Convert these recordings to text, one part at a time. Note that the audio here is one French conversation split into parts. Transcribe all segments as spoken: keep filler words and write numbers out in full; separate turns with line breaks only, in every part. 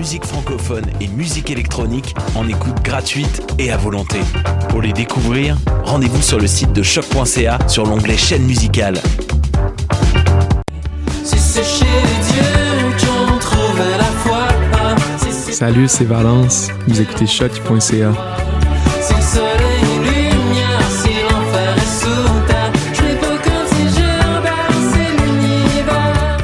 musique francophone et musique électronique en écoute gratuite et à volonté. Pour les découvrir, rendez-vous sur le site de choc point c a sur l'onglet chaîne musicale.
Si c'est chez Dieu qu'on trouve la foi. Si c'est...
Salut, c'est Valence. Vous écoutez choc point c a.
Si le soleil est lumière, si l'enfer est sous terre, je n'ai pas comme si j'ai embrassé l'univers.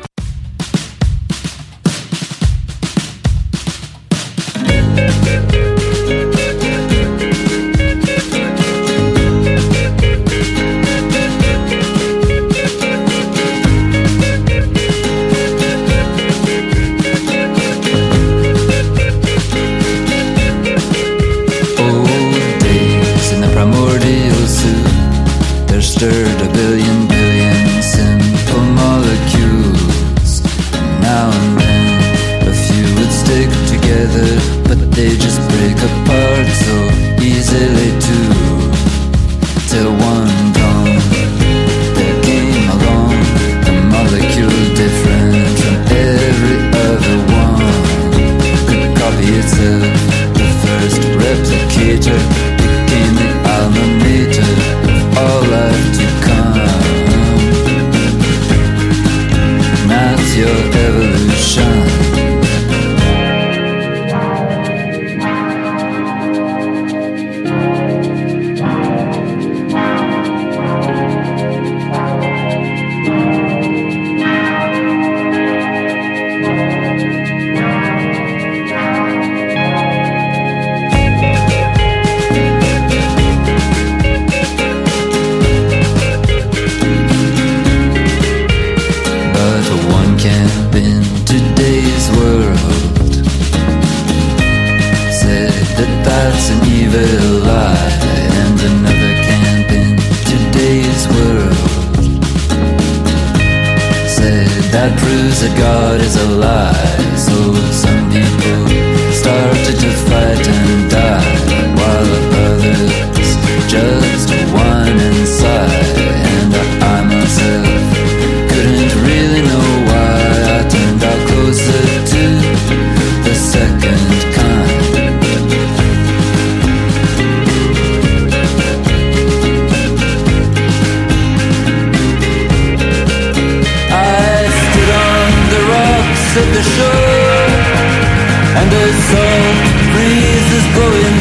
Stirred a billion billion simple molecules. Now and then a few would stick together, but they just break apart so easily too. Till one dawn there came along a molecule different from every other one. Could copy itself. The first replicator became the alma mater. All life to come. That's your evolution. That's an evil lie, and another camp in today's world said that proves that God is a lie. So some people started to fight and die, while others just whine and sigh. And I, I myself couldn't really know why I turned out closer to the second kind. At the shore, and the salt breeze is blowing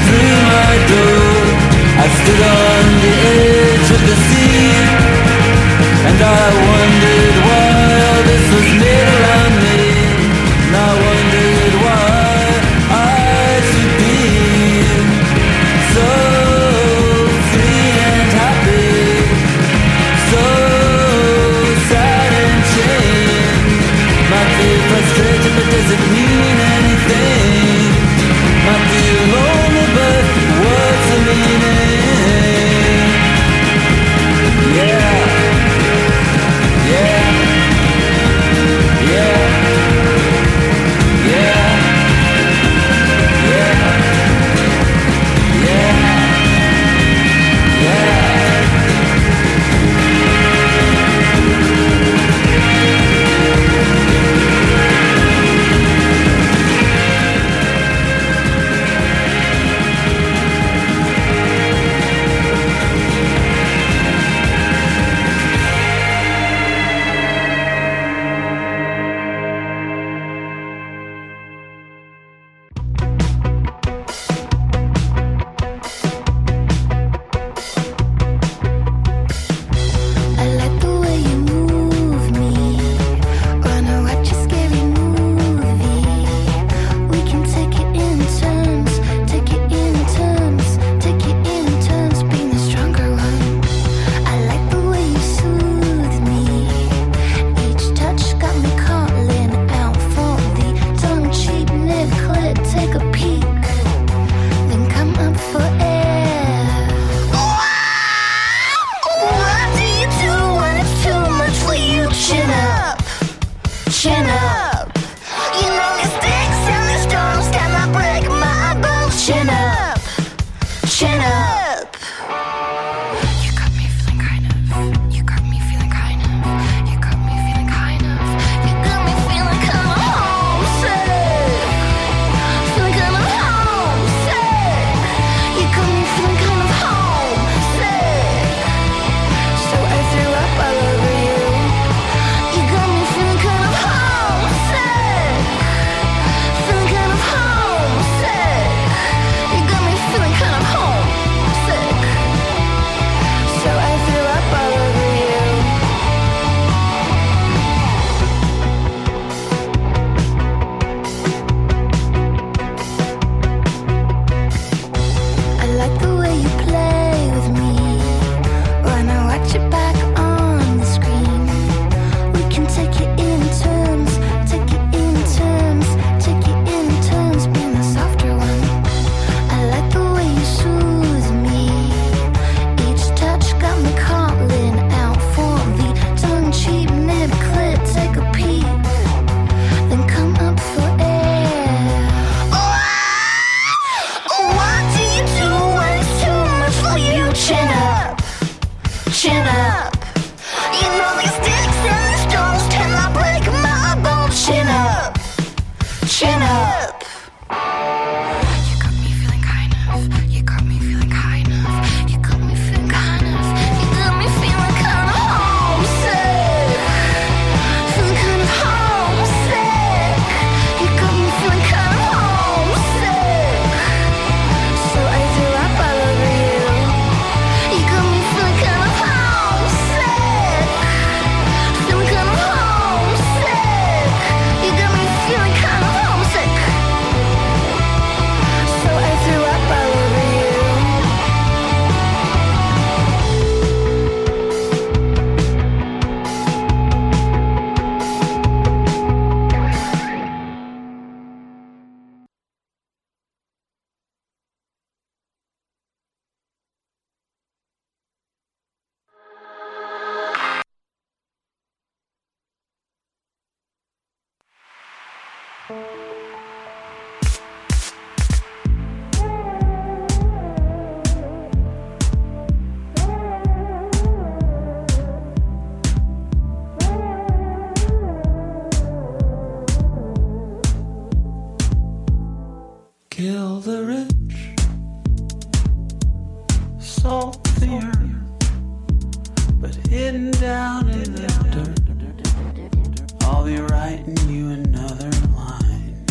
hidden down in the dirt. I'll be writing you another line.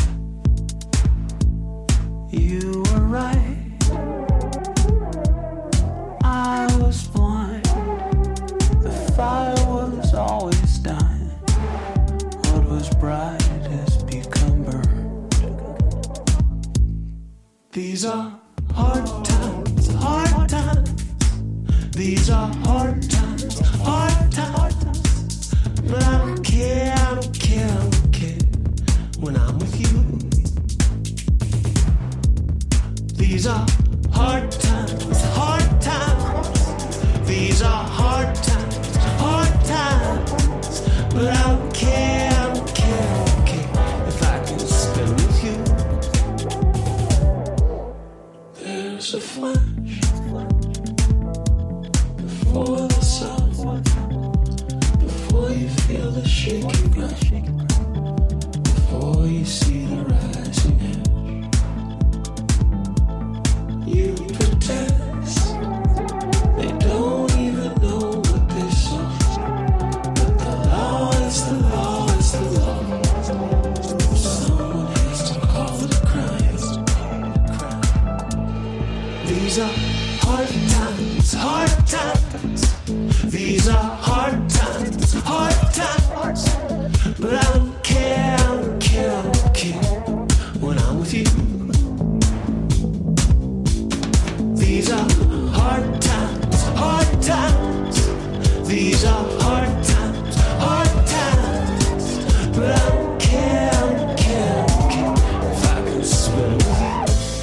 You were right, I was blind. The fire was always dying. What was bright has become burned. These are hard times, hard times. These are hard times, hard times. But I don't care, I don't care, I don't care when I'm with you. These are hard times, hard times. These are hard times, hard times. But I don't care, I don't care, I don't care if I can spend with you. There's a flash before the sun, before you feel the shaking ground, before you see the rising edge. You protest, they don't even know what they saw. But the law is the law, is the law. Someone has to call the crime. These are hard times, hard times. These are hard times, hard times. But I don't care, I don't care, I don't care when I'm with you. These are hard times, hard times. These are hard times, hard times. But I don't care, I don't care, I don't care if I can spend with you.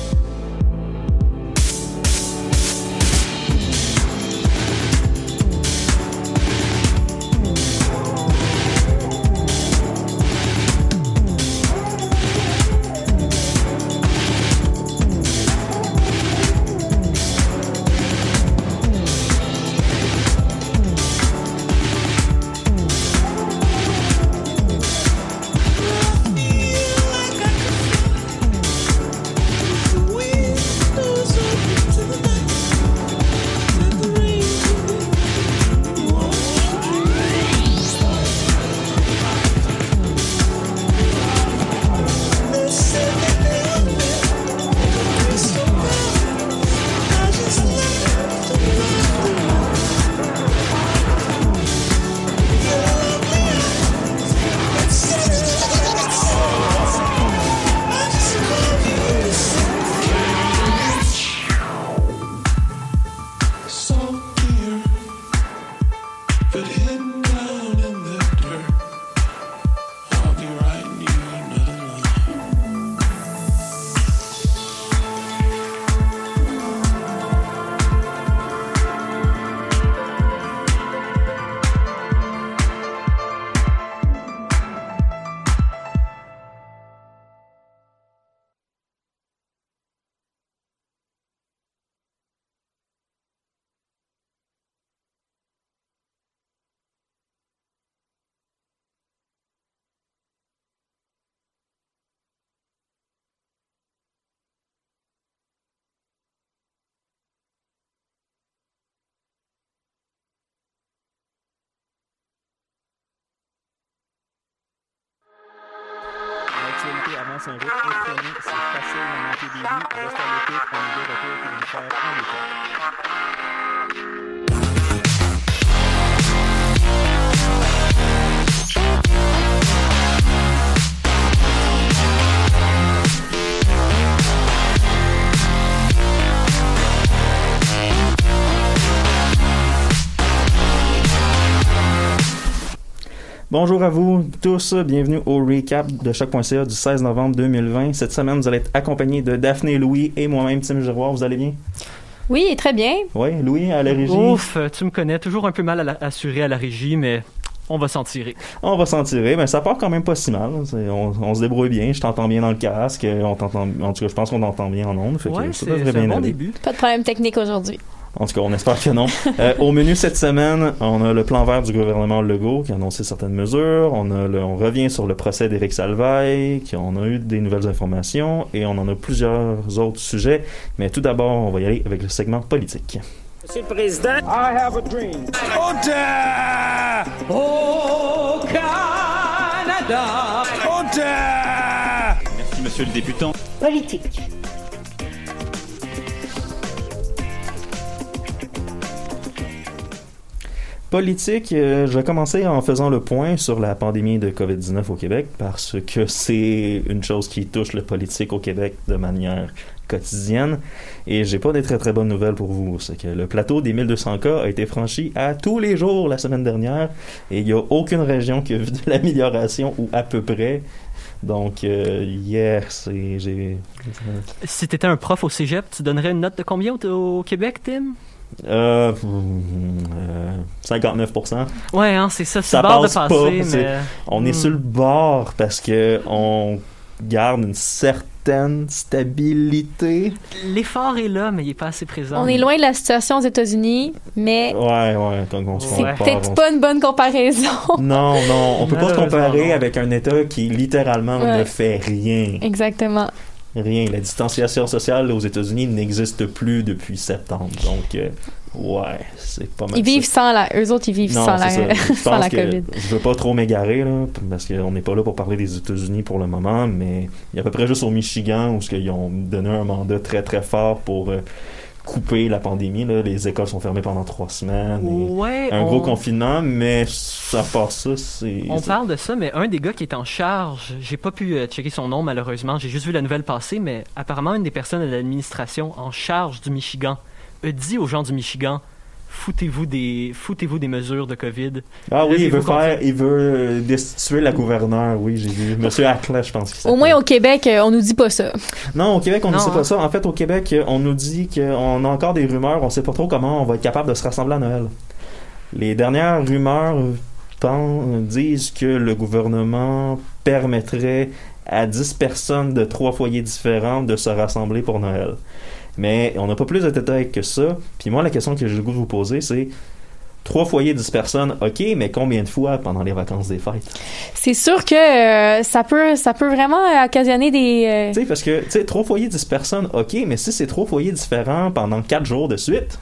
L'actualité avance un rythme effréné, c'est facile de manquer des vues. Reste à l'écoute, on est de retour pour une faire en Bonjour à vous tous, bienvenue au recap de choc point c a du seize novembre deux mille vingt. Cette semaine, vous allez être accompagnés de Daphné Louis et moi-même, Tim Giroir. Vous allez bien?
Oui, très bien.
Oui, Louis à la régie.
Ouf, tu me connais, toujours un peu mal à la- assuré à la régie, mais on va s'en tirer.
On va s'en tirer, mais ça part quand même pas si mal. C'est- On, on se débrouille bien, je t'entends bien dans le casque, on t'entend, en tout cas, je pense qu'on t'entend bien en ondes. Fait que
Ouais,
ça
c'est,
devrait
c'est un
bien
bon
aller.
début.
Pas de problème technique aujourd'hui.
En tout cas, on espère que non. Euh, au menu cette semaine, on a le plan vert du gouvernement Legault qui a annoncé certaines mesures. On a le, on revient sur le procès d'Éric Salvaille, qui on a eu des nouvelles informations et on en a plusieurs autres sujets. Mais tout d'abord, on va y aller avec le segment politique.
Monsieur le Président, I have a dream.
Au Canada.
Merci, monsieur le députant.
Politique.
Politique, euh, je vais commencer en faisant le point sur la pandémie de covid dix-neuf au Québec parce que c'est une chose qui touche le politique au Québec de manière quotidienne et j'ai pas des très très bonnes nouvelles pour vous. C'est que le plateau des mille deux cents cas a été franchi à tous les jours la semaine dernière et il y a aucune région qui a vu de l'amélioration ou à peu près. Donc, euh, hier, c'est... j'ai...
Si t'étais un prof au cégep, tu donnerais une note de combien au, au Québec, Tim?
Euh, euh, cinquante-neuf pour cent.
Ouais, hein, c'est ça, c'est
ça
le bord de
passe
passer,
pas,
mais...
c'est, on est
hmm.
sur le bord parce que on garde une certaine stabilité.
L'effort est là, mais il est pas assez présent.
On est loin de la situation aux États-Unis, mais
Ouais, ouais, quand on se
c'est
compare,
peut-être
on-
pas une bonne comparaison.
Non, non, on peut pas se
Malheureusement,
comparer
non.
avec un État qui littéralement
Ouais.
ne fait rien.
Exactement.
Rien. La distanciation sociale aux États-Unis n'existe plus depuis septembre. Donc, euh, ouais, c'est pas mal.
Ils vivent
ça.
sans la... Eux autres, ils vivent
Non,
sans
c'est
la,
ça. Je
sans
pense
la
que
COVID.
je veux pas trop m'égarer, là, parce qu'on n'est pas là pour parler des États-Unis pour le moment, mais il y a à peu près juste au Michigan où ils ont donné un mandat très très fort pour euh, couper la pandémie. Là. Les écoles sont fermées pendant trois semaines. et
Ouais,
un
on...
gros confinement, mais à part ça, c'est...
On
c'est-
parle de ça, mais un des gars qui est en charge, j'ai pas pu euh, checker son nom malheureusement, j'ai juste vu la nouvelle passer, mais apparemment une des personnes de l'administration en charge du Michigan a dit aux gens du Michigan, foutez-vous des, foutez-vous des mesures de COVID.
Ah oui, il
Levez-vous
veut
contre-
faire, il veut euh, destituer la gouverneure, oui, j'ai vu. Monsieur Acla, je pense qu'il
Au
s'appelle.
moins, au Québec, euh, on nous dit pas ça.
Non, au Québec, on ne
Non,
sait
hein.
pas ça. En fait, au Québec, euh, on nous dit qu'on a encore des rumeurs, on sait pas trop comment on va être capable de se rassembler à Noël. Les dernières rumeurs pen- disent que le gouvernement permettrait à dix personnes de trois foyers différents de se rassembler pour Noël. Mais on n'a pas plus de détails que ça. Puis moi, la question que j'ai le goût de vous poser, c'est trois foyers, dix personnes, ok, mais combien de fois pendant les vacances des fêtes?
C'est sûr que euh, ça peut ça peut vraiment euh, occasionner des... euh,
Tu sais, parce que, tu sais, trois foyers, dix personnes, ok, mais si c'est trois foyers différents pendant quatre jours de suite,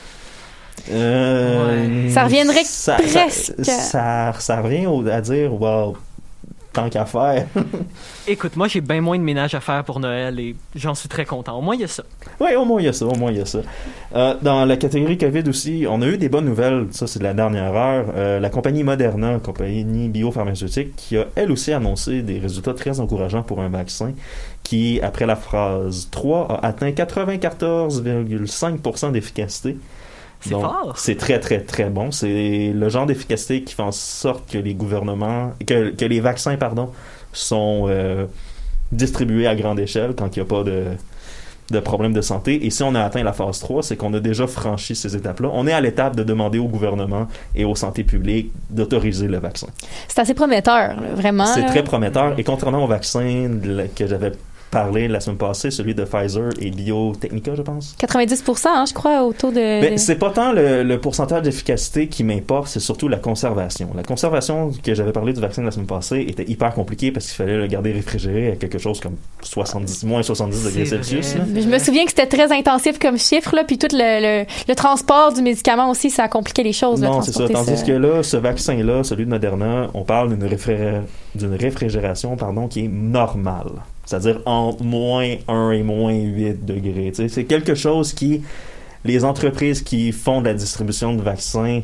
euh,
Ça reviendrait
ça,
presque.
Ça, ça, ça revient au- à dire, wow, tant qu'à faire.
Écoute, moi j'ai bien moins de ménage à faire pour Noël et j'en suis très content. Au moins il y a ça.
Oui, au moins il y a ça, au moins il y a ça. Euh, dans la catégorie COVID aussi, on a eu des bonnes nouvelles, ça c'est de la dernière heure. Euh, la compagnie Moderna, compagnie biopharmaceutique, qui a elle aussi annoncé des résultats très encourageants pour un vaccin qui, après la phase trois, a atteint quatre-vingt-quatorze virgule cinq pour cent d'efficacité.
C'est
Donc,
fort.
c'est très, très, très bon. C'est le genre d'efficacité qui fait en sorte que les gouvernements, que, que les vaccins, pardon, sont euh, distribués à grande échelle quand il n'y a pas de, de problème de santé. Et si on a atteint la phase trois, c'est qu'on a déjà franchi ces étapes-là. On est à l'étape de demander au gouvernement et aux santé publiques d'autoriser le vaccin.
C'est assez prometteur, là, vraiment.
C'est
là.
très prometteur. Et contrairement au vaccin de la- que j'avais parlé la semaine passée, celui de Pfizer et Biotechnica, je pense.
quatre-vingt-dix pour cent, hein, je crois, au taux de...
Ben, c'est pas tant le, le pourcentage d'efficacité qui m'importe, c'est surtout la conservation. La conservation que j'avais parlé du vaccin la semaine passée était hyper compliquée parce qu'il fallait le garder réfrigéré à quelque chose comme soixante-dix, moins soixante-dix degrés
C'est
Celsius.
vrai.
là.
Je me souviens que c'était très intensif comme chiffre, là, puis tout le, le, le transport du médicament aussi, ça a compliqué les choses. là,
Non, c'est ça.
transporter
Tandis que là, ce vaccin-là, celui de Moderna, on parle d'une, réfré- d'une réfrigération pardon, qui est normale. C'est-à-dire entre moins un et moins huit degrés. Tu sais, c'est quelque chose qui, les entreprises qui font de la distribution de vaccins,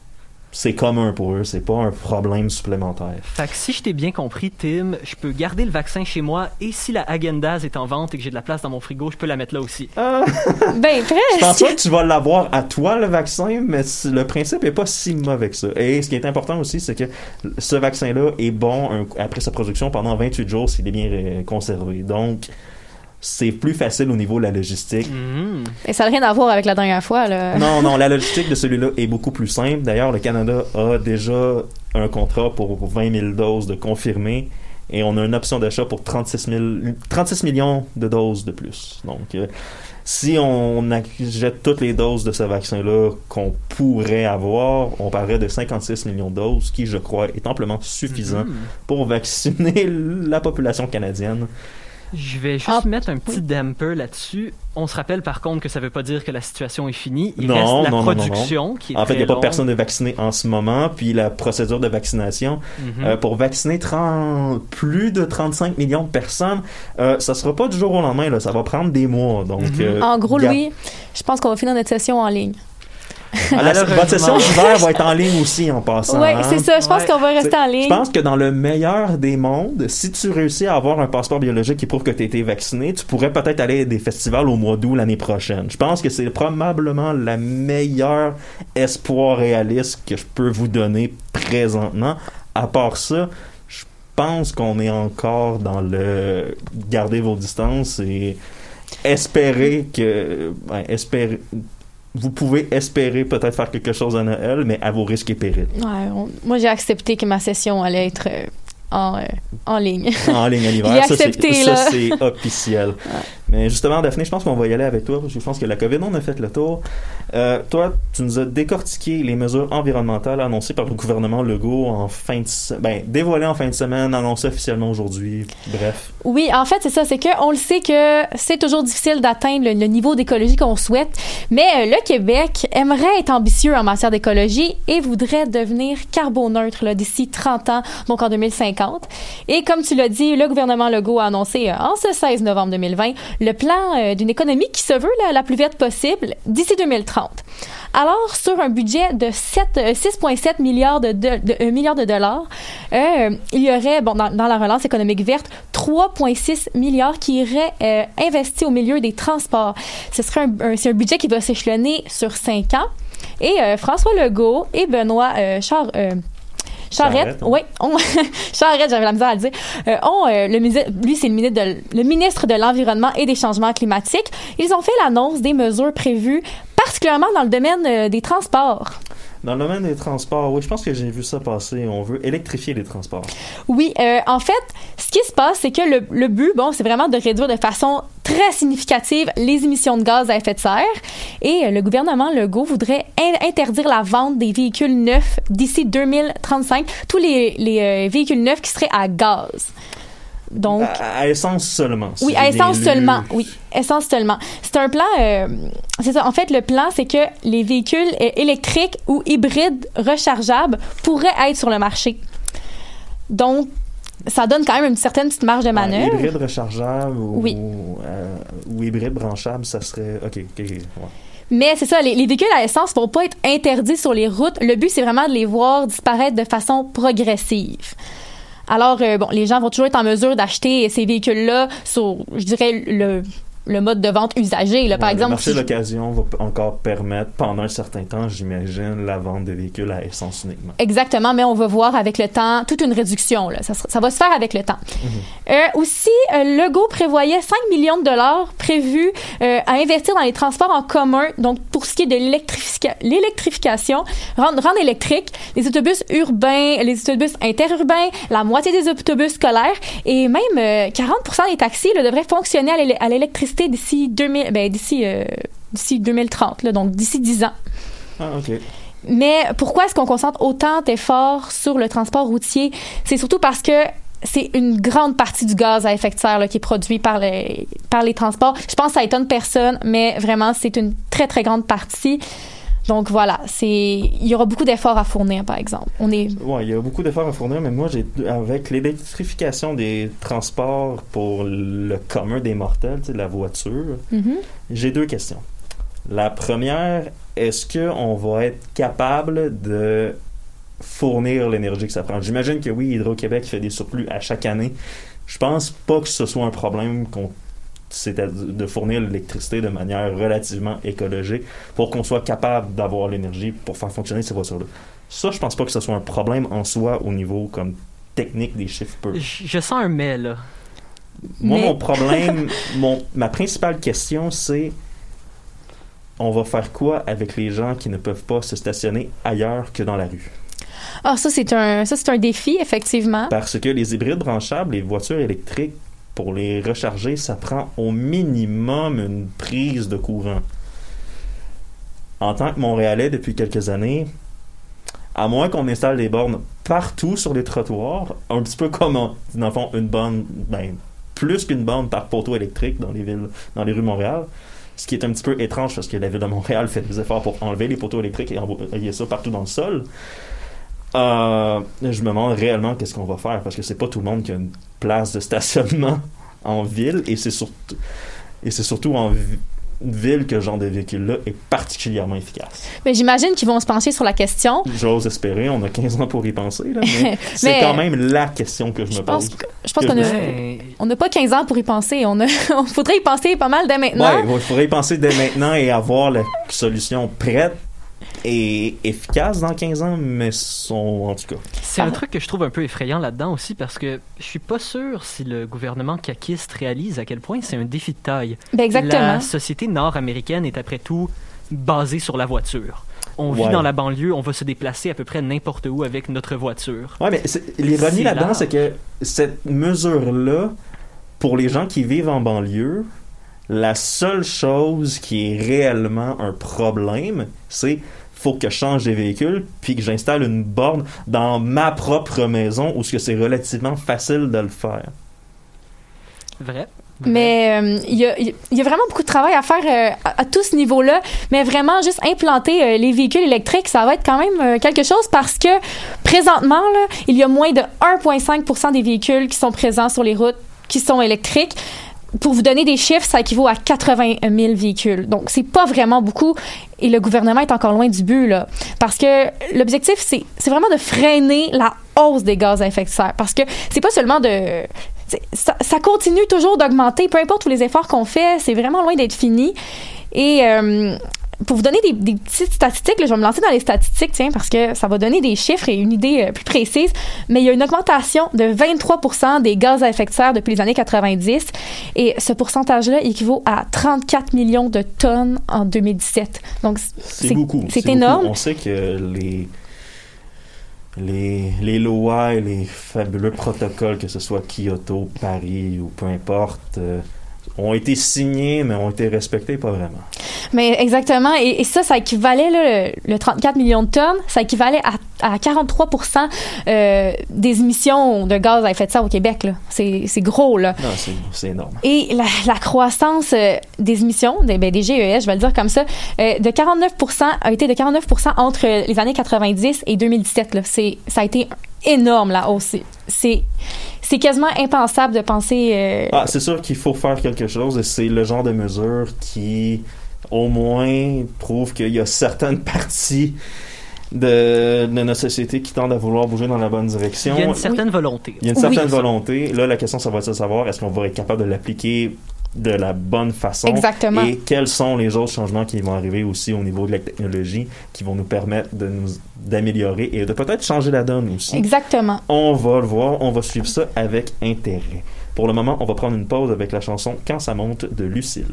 c'est commun pour eux. C'est pas un problème supplémentaire.
Fait que si je t'ai bien compris, Tim, je peux garder le vaccin chez moi et si la Häagen-Dazs est en vente et que j'ai de la place dans mon frigo, je peux la mettre là aussi.
Euh,
Ben,
je pense
presque.
pas que tu vas l'avoir à toi, le vaccin, mais c- le principe est pas si mauvais que ça. Et ce qui est important aussi, c'est que ce vaccin-là est bon un- après sa production pendant vingt-huit jours s'il est bien euh, conservé. Donc, c'est plus facile au niveau de la logistique.
Mhm.
Et ça n'a rien à voir avec la dernière fois, là.
Non, non, la logistique de celui-là est beaucoup plus simple. D'ailleurs, le Canada a déjà un contrat pour vingt mille doses de confirmés et on a une option d'achat pour trente-six mille, trente-six millions de doses de plus. Donc, euh, si on achète toutes les doses de ce vaccin-là qu'on pourrait avoir, on parlerait de cinquante-six millions de doses, qui, je crois, est amplement suffisant
Mhm.
pour vacciner la population canadienne.
Je vais juste
Ah,
mettre un petit damper là-dessus. On se rappelle par contre que ça ne veut pas dire que la situation est finie. Il
Non,
reste la
non, non, non,
production
non.
qui est
En fait, il
très
n'y a pas
longue.
personne de vacciné en ce moment, puis la procédure de vaccination,
Mhm.
euh, pour vacciner trente plus de trente-cinq millions de personnes, euh, ça sera pas du jour au lendemain, là, ça va prendre des mois. Donc,
Mhm.
euh,
En gros,
gars-
Louis, je pense qu'on va finir notre session en ligne.
Ah, la-
Malheureusement.
votre session d'hiver va être en ligne aussi en passant.
Oui,
hein.
c'est ça. Je pense
Ouais.
qu'on va rester
C'est-
en ligne.
Je pense que dans le meilleur des mondes, si tu réussis à avoir un passeport biologique qui prouve que tu as été vacciné, tu pourrais peut-être aller à des festivals au mois d'août l'année prochaine. Je pense que c'est probablement la meilleure espoir réaliste que je peux vous donner présentement. À part ça, je pense qu'on est encore dans le garder vos distances et espérer que... ben, espérer... Vous pouvez espérer peut-être faire quelque chose à Noël, mais à vos risques et périls.
Ouais, on- moi, j'ai accepté que ma session allait être euh, en, euh, en ligne.
En ligne à l'hiver.
Il est
Ça, c'est-
accepté,
ça,
là.
c'est officiel. Mais justement, Daphné, je pense qu'on va y aller avec toi, parce que je pense que la COVID, on a fait le tour. Euh, toi, tu nous as décortiqué les mesures environnementales annoncées par le gouvernement Legault en fin de se- ben, dévoilées en fin de semaine, annoncées officiellement aujourd'hui. Bref.
Oui, en fait, c'est ça. C'est qu'on le sait que c'est toujours difficile d'atteindre le, le niveau d'écologie qu'on souhaite, mais euh, le Québec aimerait être ambitieux en matière d'écologie et voudrait devenir carboneutre là, d'ici trente ans, donc en deux mille cinquante. Et comme tu l'as dit, le gouvernement Legault a annoncé euh, en ce seize novembre deux mille vingt le plan euh, d'une économie qui se veut la, la plus vite possible d'ici deux mille trente. Alors, sur un budget de sept, euh, six virgule sept milliards de, de, de, euh, milliards de dollars, euh, il y aurait, bon, dans, dans la relance économique verte, trois virgule six milliards qui iraient euh, investis au milieu des transports. Ce serait un, un- c'est un budget qui va s'échelonner sur cinq ans. Et euh, François Legault et Benoît euh, Char, euh, Charette,
Charette, hein.
oui, on, Charette, j'avais la misère à le dire, euh, ont, euh, le, misi- lui, c'est le ministre, de, le ministre de l'Environnement et des Changements climatiques. Ils ont fait l'annonce des mesures prévues, particulièrement dans le domaine euh, des transports.
Dans le domaine des transports, oui, je pense que j'ai vu ça passer. On veut électrifier les transports.
Oui, euh, en fait, ce qui se passe, c'est que le, le but, bon, c'est vraiment de réduire de façon très significative les émissions de gaz à effet de serre. Et euh, le gouvernement Legault voudrait in- interdire la vente des véhicules neufs d'ici deux mille trente-cinq, tous les, les euh, véhicules neufs qui seraient à gaz. Donc,
À, à essence seulement. si
oui,
j'ai
à
bien
essence
lu.
seulement. Oui, essence seulement. C'est un plan. Euh, c'est ça. En fait, le plan, c'est que les véhicules euh, électriques ou hybrides rechargeables pourraient être sur le marché. Donc, ça donne quand même une certaine petite marge de
Ouais,
manœuvre.
hybride rechargeable ou,
Oui.
euh, ou hybride branchable, ça serait... OK, OK, OK, ouais.
Mais c'est ça, les, les véhicules à essence vont pas être interdits sur les routes. Le but, c'est vraiment de les voir disparaître de façon progressive. Alors, euh, bon, les gens vont toujours être en mesure d'acheter ces véhicules-là sur, je dirais, le, le mode de vente usagé. Là, par
Ouais,
exemple,
le marché
si-
d'occasion va p- encore permettre, pendant un certain temps, j'imagine, la vente de véhicules à essence uniquement.
Exactement, mais on va voir avec le temps toute une réduction. Là. Ça, sera- ça va se faire avec le temps. Euh, aussi, euh, Legault prévoyait cinq millions de dollars prévus euh, à investir dans les transports en commun. Donc, pour ce qui est de l'électrifica- l'électrification, rendre, rendre électrique les autobus urbains, les autobus interurbains, la moitié des autobus scolaires et même euh, quarante pour cent des taxis là, devraient fonctionner à l'é- à l'électricité d'ici deux mille, ben, d'ici, euh, d'ici deux mille trente, là, donc d'ici dix ans.
Ah, OK.
Mais pourquoi est-ce qu'on concentre autant d'efforts sur le transport routier? C'est surtout parce que c'est une grande partie du gaz à effet de serre là, qui est produit par les, par les transports. Je pense que ça étonne personne, mais vraiment, c'est une très, très grande partie. Donc voilà, c'est il y aura beaucoup d'efforts à fournir, par exemple. On est...
Ouais, il y a beaucoup d'efforts à fournir, mais moi, j'ai avec l'électrification des transports pour le commun des mortels, tu sais, la voiture,
Mhm.
j'ai deux questions. La première, est-ce qu'on va être capable de fournir l'énergie que ça prend? J'imagine que oui, Hydro-Québec fait des surplus à chaque année. Je pense pas que ce soit un problème qu'on c'est de fournir l'électricité de manière relativement écologique pour qu'on soit capable d'avoir l'énergie pour faire fonctionner ces voitures-là. Ça, je pense pas que ce soit un problème en soi au niveau comme technique des chiffres purs.
Je, je sens un mais, là.
Moi,
Mais-
mon problème, mon, ma principale question, c'est on va faire quoi avec les gens qui ne peuvent pas se stationner ailleurs que dans la rue?
Ah, ça, c'est un, ça, c'est un défi, effectivement.
Parce que les hybrides branchables, les voitures électriques, pour les recharger, ça prend au minimum une prise de courant. En tant que Montréalais, depuis quelques années, à moins qu'on installe des bornes partout sur les trottoirs, un petit peu comme, dans le fond, une bonne, ben, plus qu'une borne par poteau électrique dans les villes, dans les rues de Montréal. Ce qui est un petit peu étrange parce que la ville de Montréal fait des efforts pour enlever les poteaux électriques et envoyer ça partout dans le sol. Euh, je me demande réellement qu'est-ce qu'on va faire parce que c'est pas tout le monde qui a une place de stationnement en ville et c'est surtout, et c'est surtout en vi- ville que ce genre de véhicule-là est particulièrement efficace.
Mais j'imagine qu'ils vont se pencher sur la question.
J'ose espérer, on a quinze ans pour y penser, là, mais c'est
Mais,
quand même la question que je,
Je
me
pense,
pose.
que- je pense
Que
qu'on a,
je-
Ben,
on n'a pas quinze ans pour y penser. On, a, on faudrait y penser pas mal dès maintenant.
Ouais, il faudrait y penser dès maintenant et avoir la solution prête et efficace dans quinze ans, mais son, en tout cas.
c'est un truc que je trouve un peu effrayant là-dedans aussi parce que je suis pas sûr si le gouvernement caquiste réalise à quel point c'est un défi de taille.
Ben exactement.
La société nord-américaine est après tout basée sur la voiture. On vit
Ouais.
dans la banlieue, on va se déplacer à peu près n'importe où avec notre voiture.
Ouais, mais c'est- l'ironie
C'est
là-dedans,
large.
c'est que cette mesure-là, pour les gens qui vivent en banlieue, la seule chose qui est réellement un problème, c'est faut que je change des véhicules puis que j'installe une borne dans ma propre maison où ce que c'est relativement facile de le faire.
Vrai?
Mais euh, il y, a, il y a vraiment beaucoup de travail à faire euh, à, à tout ce niveau-là. Mais vraiment, juste implanter euh, les véhicules électriques, ça va être quand même euh, quelque chose parce que présentement, là, il y a moins de un virgule cinq pour cent des véhicules qui sont présents sur les routes qui sont électriques. Pour vous donner des chiffres, ça équivaut à quatre-vingt mille véhicules. Donc, c'est pas vraiment beaucoup. Et le gouvernement est encore loin du but, là. Parce que l'objectif, c'est, c'est vraiment de freiner la hausse des gaz à effet de serre. Parce que c'est pas seulement de... c'est- Ça, ça continue toujours d'augmenter. Peu importe tous les efforts qu'on fait, c'est vraiment loin d'être fini. Et... euh, pour vous donner des, des petites statistiques, là, je vais me lancer dans les statistiques, tiens, parce que ça va donner des chiffres et une idée euh, plus précise. Mais il y a une augmentation de vingt-trois pour cent des gaz à effet de serre depuis les années quatre-vingt-dix. Et ce pourcentage-là équivaut à trente-quatre millions de tonnes en deux mille dix-sept. Donc,
C'est,
c'est
beaucoup.
C'est,
beaucoup.
énorme.
On sait que les, les, les lois et les fabuleux protocoles, que ce soit Kyoto, Paris ou peu importe, euh, ont été signés, mais ont été respectés pas vraiment.
Mais exactement. Et, et ça, ça équivalait, là, le, le trente-quatre millions de tonnes, ça équivalait à, à quarante-trois pour cent euh, des émissions de gaz à effet de serre au Québec. Là. C'est, c'est gros, là.
Non, c'est, c'est énorme.
Et la, la croissance euh, des émissions, des, ben, des G E S, je vais le dire comme ça, euh, de quarante-neuf pour cent a été de quarante-neuf pour cent entre les années quatre-vingt-dix et deux mille dix-sept. Là. C'est, ça a été énorme, la hausse. C'est, c'est, c'est quasiment impensable de penser... euh,
Ah, c'est sûr qu'il faut faire quelque chose et c'est le genre de mesure qui, au moins, prouve qu'il y a certaines parties de, de notre société qui tendent à vouloir bouger dans la bonne direction.
Il y a une certaine volonté.
Il y a une
Oui.
certaine volonté. Là, la question, ça va être de savoir est-ce qu'on va être capable de l'appliquer de la bonne façon.
Exactement.
Et quels sont les autres changements qui vont arriver aussi au niveau de la technologie qui vont nous permettre de nous, d'améliorer et de peut-être changer la donne aussi.
Exactement.
On va le voir, on va suivre ça avec intérêt. Pour le moment, on va prendre une pause avec la chanson Quand ça monte de Lucille.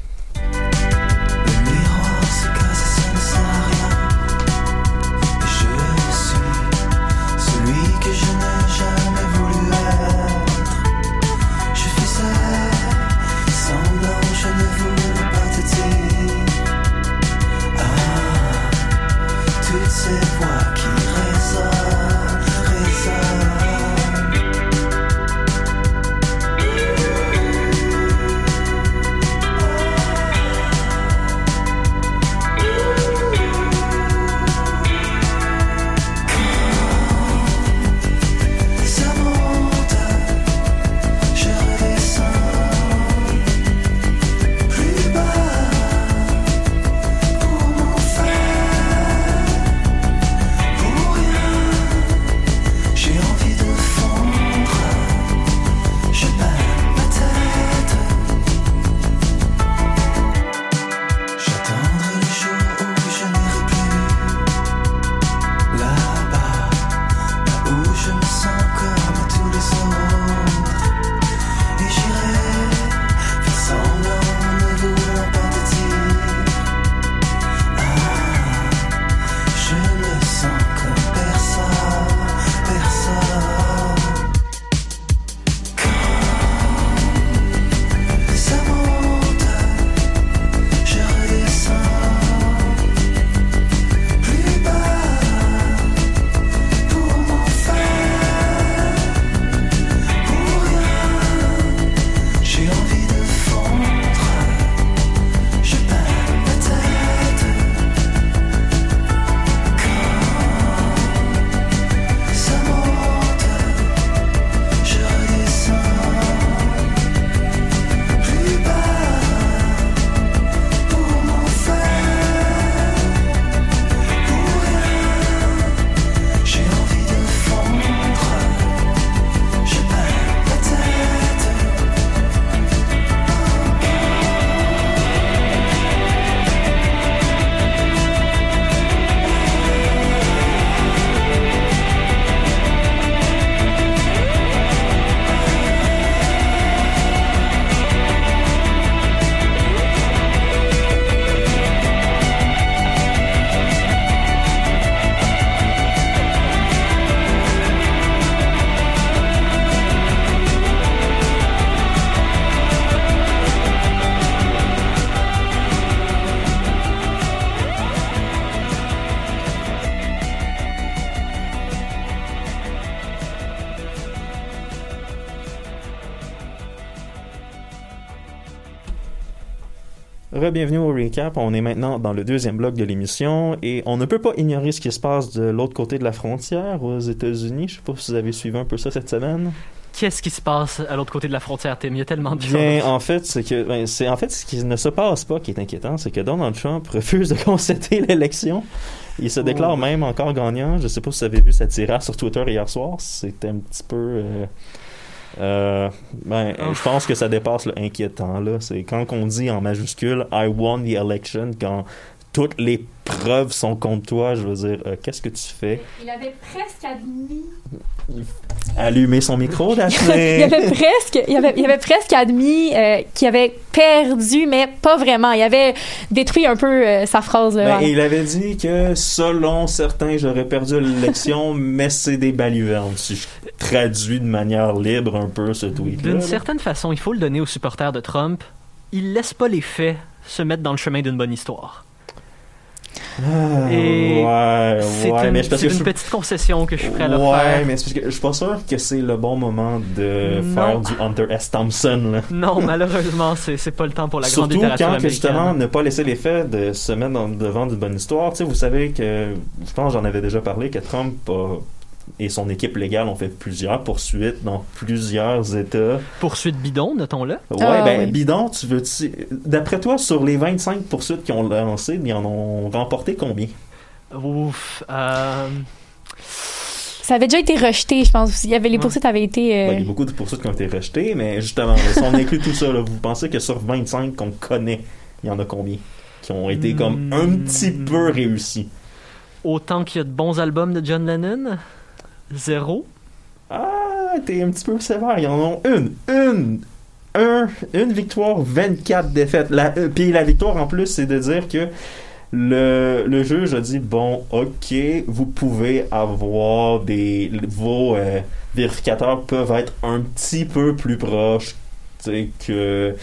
Le miroir se casse et ça ne sert à rien. Et je suis celui que je n'ai jamais voulu être. Je fais ça semblant, je ne voulais pas te dire. Ah, toutes ces voix qui résonnent, résonnent.
Re-bienvenue au recap. On est maintenant dans le deuxième bloc de l'émission et on ne peut pas ignorer ce qui se passe de l'autre côté de la frontière aux États-Unis. Je sais pas si vous avez suivi un peu ça cette semaine.
Qu'est-ce qui se passe à l'autre côté de la frontière, Tim? Il y a tellement de choses.
Bien, en fait, c'est que ben, c'est en fait ce qui ne se passe pas qui est inquiétant, c'est que Donald Trump refuse de concéder l'élection. Il se déclare
Oh.
même encore gagnant. Je sais pas si vous avez vu cette tirade sur Twitter hier soir. C'était un petit peu. Euh, euh, ben,
Oh.
je pense que ça dépasse le inquiétant là. C'est quand on dit en majuscule I won the election, quand toutes les preuves sont contre toi. Je veux dire, euh, qu'est-ce que tu fais?
Il avait presque admis.
Allumer son micro,
il
Daphné.
avait presque, il avait, il avait presque admis euh, qu'il avait perdu, mais pas vraiment. Il avait détruit un peu euh, sa phrase. Là,
Ben, il avait dit que selon certains, j'aurais perdu l'élection, mais c'est des balivernes. Si je traduis de manière libre un peu ce tweet-là.
D'une
là.
certaine façon, il faut le donner aux supporters de Trump. Il laisse pas les faits se mettre dans le chemin d'une bonne histoire.
Ah,
Et
ouais,
c'est
ouais,
une,
mais c'est parce
c'est
que
une
je...
petite concession que je suis prêt à leur
Ouais,
faire.
mais c'est parce que je suis pas sûr que c'est le bon moment de
Non.
faire du Hunter S. Thompson, là.
Non, malheureusement, c'est, c'est pas le temps pour la grande
Surtout
littérature
quand, que, justement,
américaine.
ne pas laisser les faits de se mettre dans- devant d'une bonne histoire. Tu sais, vous savez que, je pense que j'en avais déjà parlé, que Trump a- et son équipe légale ont fait plusieurs poursuites dans plusieurs États.
Poursuite bidon, notons-le.
Ouais,
Ah,
ben,
oui.
bidon, tu veux... D'après toi, sur les vingt-cinq poursuites qu'ils ont lancées, ils en ont remporté combien?
Ouf. Euh...
Ça avait déjà été rejeté, je pense. Il y avait, les
Ouais.
poursuites avaient été. euh,
Ben, il y a beaucoup de poursuites qui ont été rejetées, mais justement, là, si on inclut tout ça, là, vous pensez que sur vingt-cinq qu'on connaît, il y en a combien qui ont été comme un
Hmm.
petit peu réussis?
Autant qu'il y a de bons albums de John Lennon. Zéro.
Ah, t'es un petit peu sévère. Ils en ont une, une, un, une victoire, vingt-quatre défaites. La, euh, puis la victoire, en plus, c'est de dire que le, le juge a dit, bon, ok, vous pouvez avoir des... Vos euh, vérificateurs peuvent être un petit peu plus proches, tu sais, que...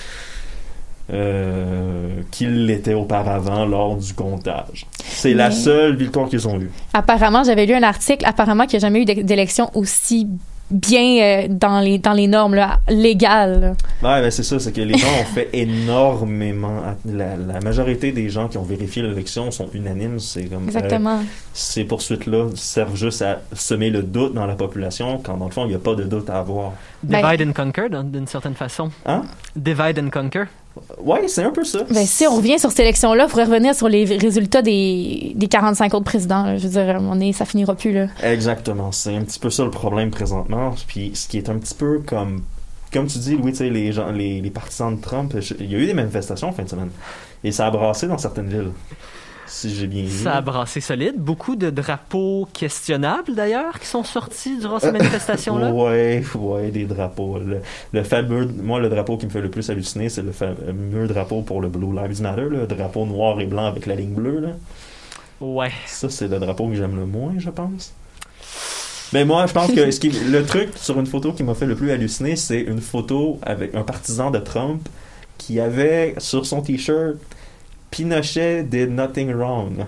Euh, qu'il l'était auparavant lors du comptage. C'est la
Mais-
seule victoire qu'ils ont eue.
Apparemment, j'avais lu un article, apparemment qu'il n'y a jamais eu d'é- d'élection aussi bien euh, dans les dans les normes là, légales. là.
Ouais, ben c'est ça, c'est que les gens ont fait énormément. La, la majorité des gens qui ont vérifié l'élection sont unanimes. C'est comme euh,
Exactement.
ces poursuites-là servent juste à semer le doute dans la population, quand dans le fond il n'y a pas de doute à avoir.
Ben-
Divide and conquer, d'un- d'une certaine façon.
Hein?
Divide and conquer.
Ouais, c'est un peu ça.
Ben, si on revient sur cette élection-là, il faudrait revenir sur les résultats des, des quarante-cinq autres présidents. là. Je veux dire, on est, ça finira plus. Là.
Exactement, c'est un petit peu ça le problème présentement. Puis ce qui est un petit peu comme, comme tu dis, Louis, tu sais, les gens, les, les partisans de Trump, je- il y a eu des manifestations en fin de semaine et ça a brassé dans certaines villes. Si j'ai bien vu.
Ça a brassé solide. Beaucoup de drapeaux questionnables, d'ailleurs, qui sont sortis durant ces manifestations-là.
Ouais, ouais, des drapeaux. Le, le fameux, moi, le drapeau qui me fait le plus halluciner, c'est le fameux drapeau pour le Blue Lives Matter, le drapeau noir et blanc avec la ligne bleue, là.
Ouais.
Ça, c'est le drapeau que j'aime le moins, je pense. Mais moi, je pense que ce qui, le truc sur une photo qui m'a fait le plus halluciner, c'est une photo avec un partisan de Trump qui avait sur son t-shirt Pinochet did nothing wrong.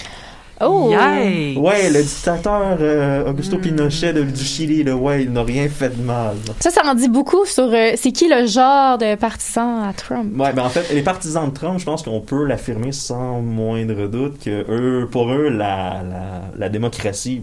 Oh!
Yay!
Ouais, le dictateur euh, Augusto
Mm.
Pinochet de- du Chili, là, ouais, il n'a rien fait de mal.
Ça, ça en dit beaucoup sur euh, c'est qui le genre de partisan à Trump.
Ouais, ben en fait, les partisans de Trump, je pense qu'on peut l'affirmer sans moindre doute que eux, pour eux, la, la, la démocratie,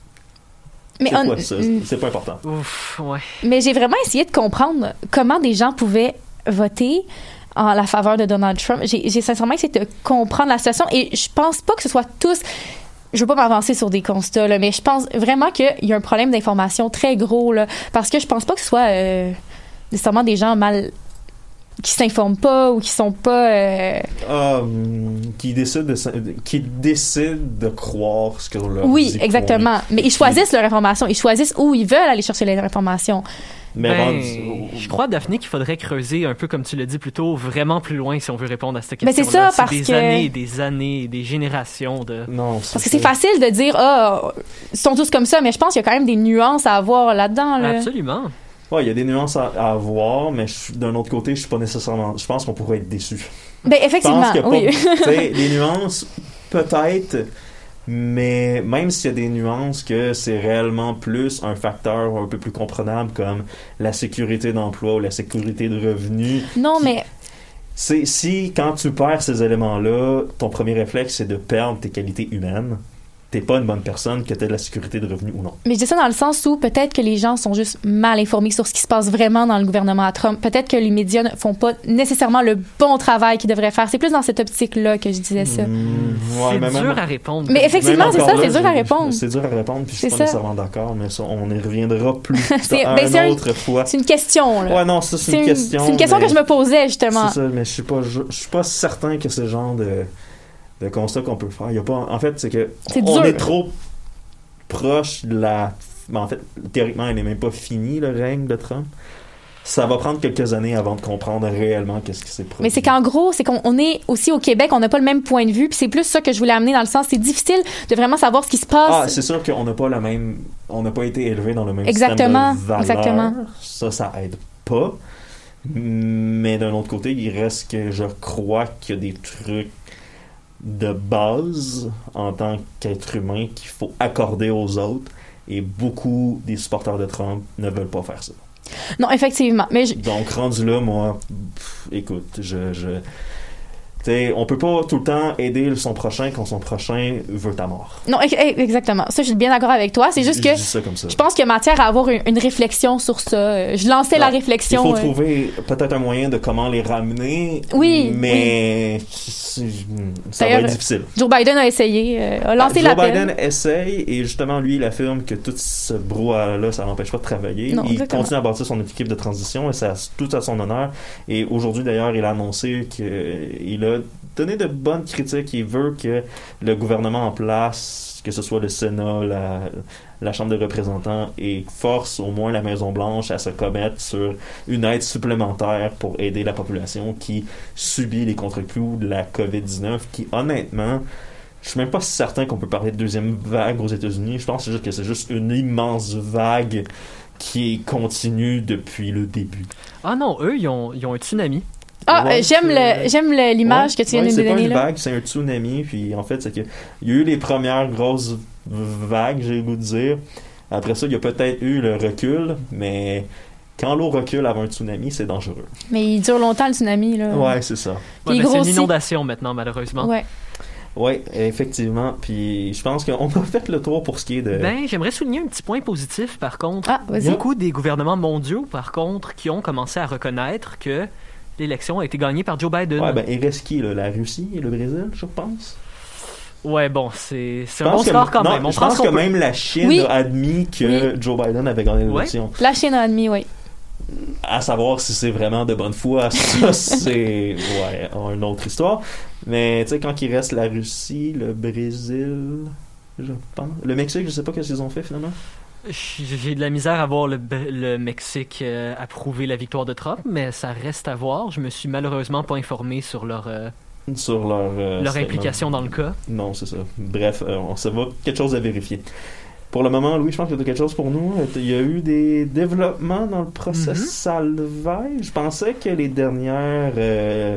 Mais,
c'est
on-
quoi ça?
mm,
C'est pas important.
Ouf, ouais.
mais j'ai vraiment essayé de comprendre comment des gens pouvaient voter en la faveur de Donald Trump. J'ai j'ai sincèrement essayé de comprendre la situation et je pense pas que ce soit tous. Je veux pas m'avancer sur des constats, là, mais je pense vraiment qu'il y a un problème d'information très gros, là, parce que je pense pas que ce soit euh, nécessairement des gens mal qui s'informent pas ou qui sont pas euh,
Ah, hum, qui décident de, s- qui décident de croire ce qu'on leur
oui
dit,
exactement
point.
mais ils choisissent leur information, ils choisissent où ils veulent aller chercher leur information.
Mais
Ben,
rendu-
je crois, Daphné, qu'il faudrait creuser un peu, comme tu l'as dit plus tôt, vraiment plus loin si on veut répondre à cette
Ben, c'est
question.
ça, parce
des
que-
années, des années, des générations de.
Non,
Parce que c'est facile de dire ah ils sont tous comme ça, mais je pense qu'il y a quand même des nuances à avoir là-dedans là.
Absolument.
Ouais, il y a des nuances à, à avoir, mais je- d'un autre côté, je suis pas nécessairement. Je pense qu'on pourrait être déçu.
Ben
Je
effectivement,
pense qu'il y a
oui.
pas. Tu sais, des nuances, peut-être, mais même s'il y a des nuances que c'est réellement plus un facteur un peu plus comprenable comme la sécurité d'emploi ou la sécurité de revenus.
Non,
qui-
mais
c'est si quand tu perds ces éléments-là, ton premier réflexe c'est de perdre tes qualités humaines, t'es pas une bonne personne, que t'aies de la sécurité de revenus ou non.
Mais je dis ça dans le sens où peut-être que les gens sont juste mal informés sur ce qui se passe vraiment dans le gouvernement à Trump. Peut-être que les médias ne font pas nécessairement le bon travail qu'ils devraient faire. C'est plus dans cette optique-là que je disais ça.
Mmh, ouais,
c'est
mais
dur
même-
à répondre.
Mais effectivement,
Même
c'est
encore
ça,
là,
c'est dur à
je-
répondre.
C'est dur à répondre, puis je suis
C'est
pas
ça.
nécessairement d'accord, mais ça, on y reviendra plus
C'est-
à
ben, c'est un-
une autre fois.
C'est une question, là.
Ouais, non, ça, c'est une question.
C'est une question
mais-
que je me posais, justement.
C'est ça, mais je suis pas, je, je suis pas certain que c'est le genre de, de constat qu'on peut faire. Il y a pas, en fait, c'est que
C'est
on
dur.
est trop proche de la. Mais en fait, théoriquement, elle n'est même pas finie, le règne de Trump. Ça va prendre quelques années avant de comprendre réellement qu'est-ce qui s'est produit.
Mais c'est qu'en gros, c'est qu'on on est aussi au Québec, on n'a pas le même point de vue, puis c'est plus ça que je voulais amener dans le sens, c'est difficile de vraiment savoir ce qui se passe.
Ah, c'est sûr qu'on n'a pas la même. On n'a pas été élevé dans le même
Exactement,
système de valeurs.
exactement.
Ça, ça aide pas. Mais d'un autre côté, il reste que je crois qu'il y a des trucs de base en tant qu'être humain qu'il faut accorder aux autres. Et beaucoup des supporters de Trump ne veulent pas faire ça.
Non, effectivement. Mais je-
Donc, rendu là, moi, pff, écoute, je. je t'sais, on peut pas tout le temps aider son prochain quand son prochain veut ta mort.
non, e- e- exactement. Ça, je suis bien d'accord avec toi. C'est juste
Je
que
dis ça comme ça.
je pense qu'il y a matière à avoir une, une réflexion sur ça. Euh, Je lançais la
Ouais.
réflexion.
Il faut
euh,
trouver peut-être un moyen de comment les ramener.
Oui,
mais c'est- ça va
D'ailleurs,
être difficile.
Joe Biden a essayé, euh, a lancé
Joe
l'appel.
Biden essaye et justement lui il affirme que tout ce brouhaha-là ça l'empêche pas de travailler.
Non,
il
exactement.
continue à bâtir son équipe de transition et c'est à- tout à son honneur. Et aujourd'hui d'ailleurs il a annoncé qu'il a donné de bonnes critiques. Il veut que le gouvernement en place, que ce soit le Sénat, la, la Chambre des représentants, et force au moins la Maison-Blanche à se commettre sur une aide supplémentaire pour aider la population qui subit les contre-coups de la covid dix-neuf, qui honnêtement, je suis même pas certain qu'on peut parler de deuxième vague aux États-Unis. Je pense juste que c'est juste une immense vague qui continue depuis le début.
Ah non, eux, ils ont, ils ont un tsunami.
Ah,
Ouais,
euh, j'aime
c'est-
le, j'aime le- l'image
Ouais,
que tu viens
ouais,
de nous
c'est pas
donner
une
là.
vague, c'est un tsunami. Puis en fait, c'est que il y a eu les premières grosses vagues, j'ai le goût de dire. Après ça, il y a peut-être eu le recul, mais quand l'eau recule avant un tsunami, c'est dangereux.
Mais il dure longtemps le tsunami là.
Ouais, c'est ça.
Puis
Ouais,
il
ben, c'est une
grossit.
inondation maintenant, malheureusement.
Ouais.
Ouais, effectivement. Puis je pense qu'on a fait le tour pour ce qui est de.
Ben, j'aimerais souligner un petit point positif, par contre.
Ah, vas-y.
Beaucoup des gouvernements mondiaux, par contre, qui ont commencé à reconnaître que l'élection a été gagnée par Joe Biden.
Ouais, ben, il reste qui, là? La Russie et le Brésil, je pense.
Ouais, bon, c'est c'est
Je
un bon
pense que-
score quand
non,
même. On
je
prend
pense
ce
que
qu'on peut.
même la Chine
Oui.
a admis que Joe Biden avait gagné l'élection.
La Chine a admis, oui.
À savoir si c'est vraiment de bonne foi, ça c'est ouais, une autre histoire. Mais tu sais, quand il reste la Russie, le Brésil, je pense. Le Mexique, je sais pas qu'est-ce qu'ils ont fait finalement.
J'ai de la misère à voir le, B- le Mexique euh, approuver la victoire de Trump, mais ça reste à voir. Je me suis malheureusement pas informé sur leur, euh,
Sur leur, euh,
leur
statement.
implication dans le cas.
Non, c'est ça. Bref, euh, on ça va quelque chose à vérifier. Pour le moment, Louis, je pense que tu as quelque chose pour nous. Euh, Il y a eu des développements dans le procès
Mhm.
Salvaille. Je pensais que les dernières euh,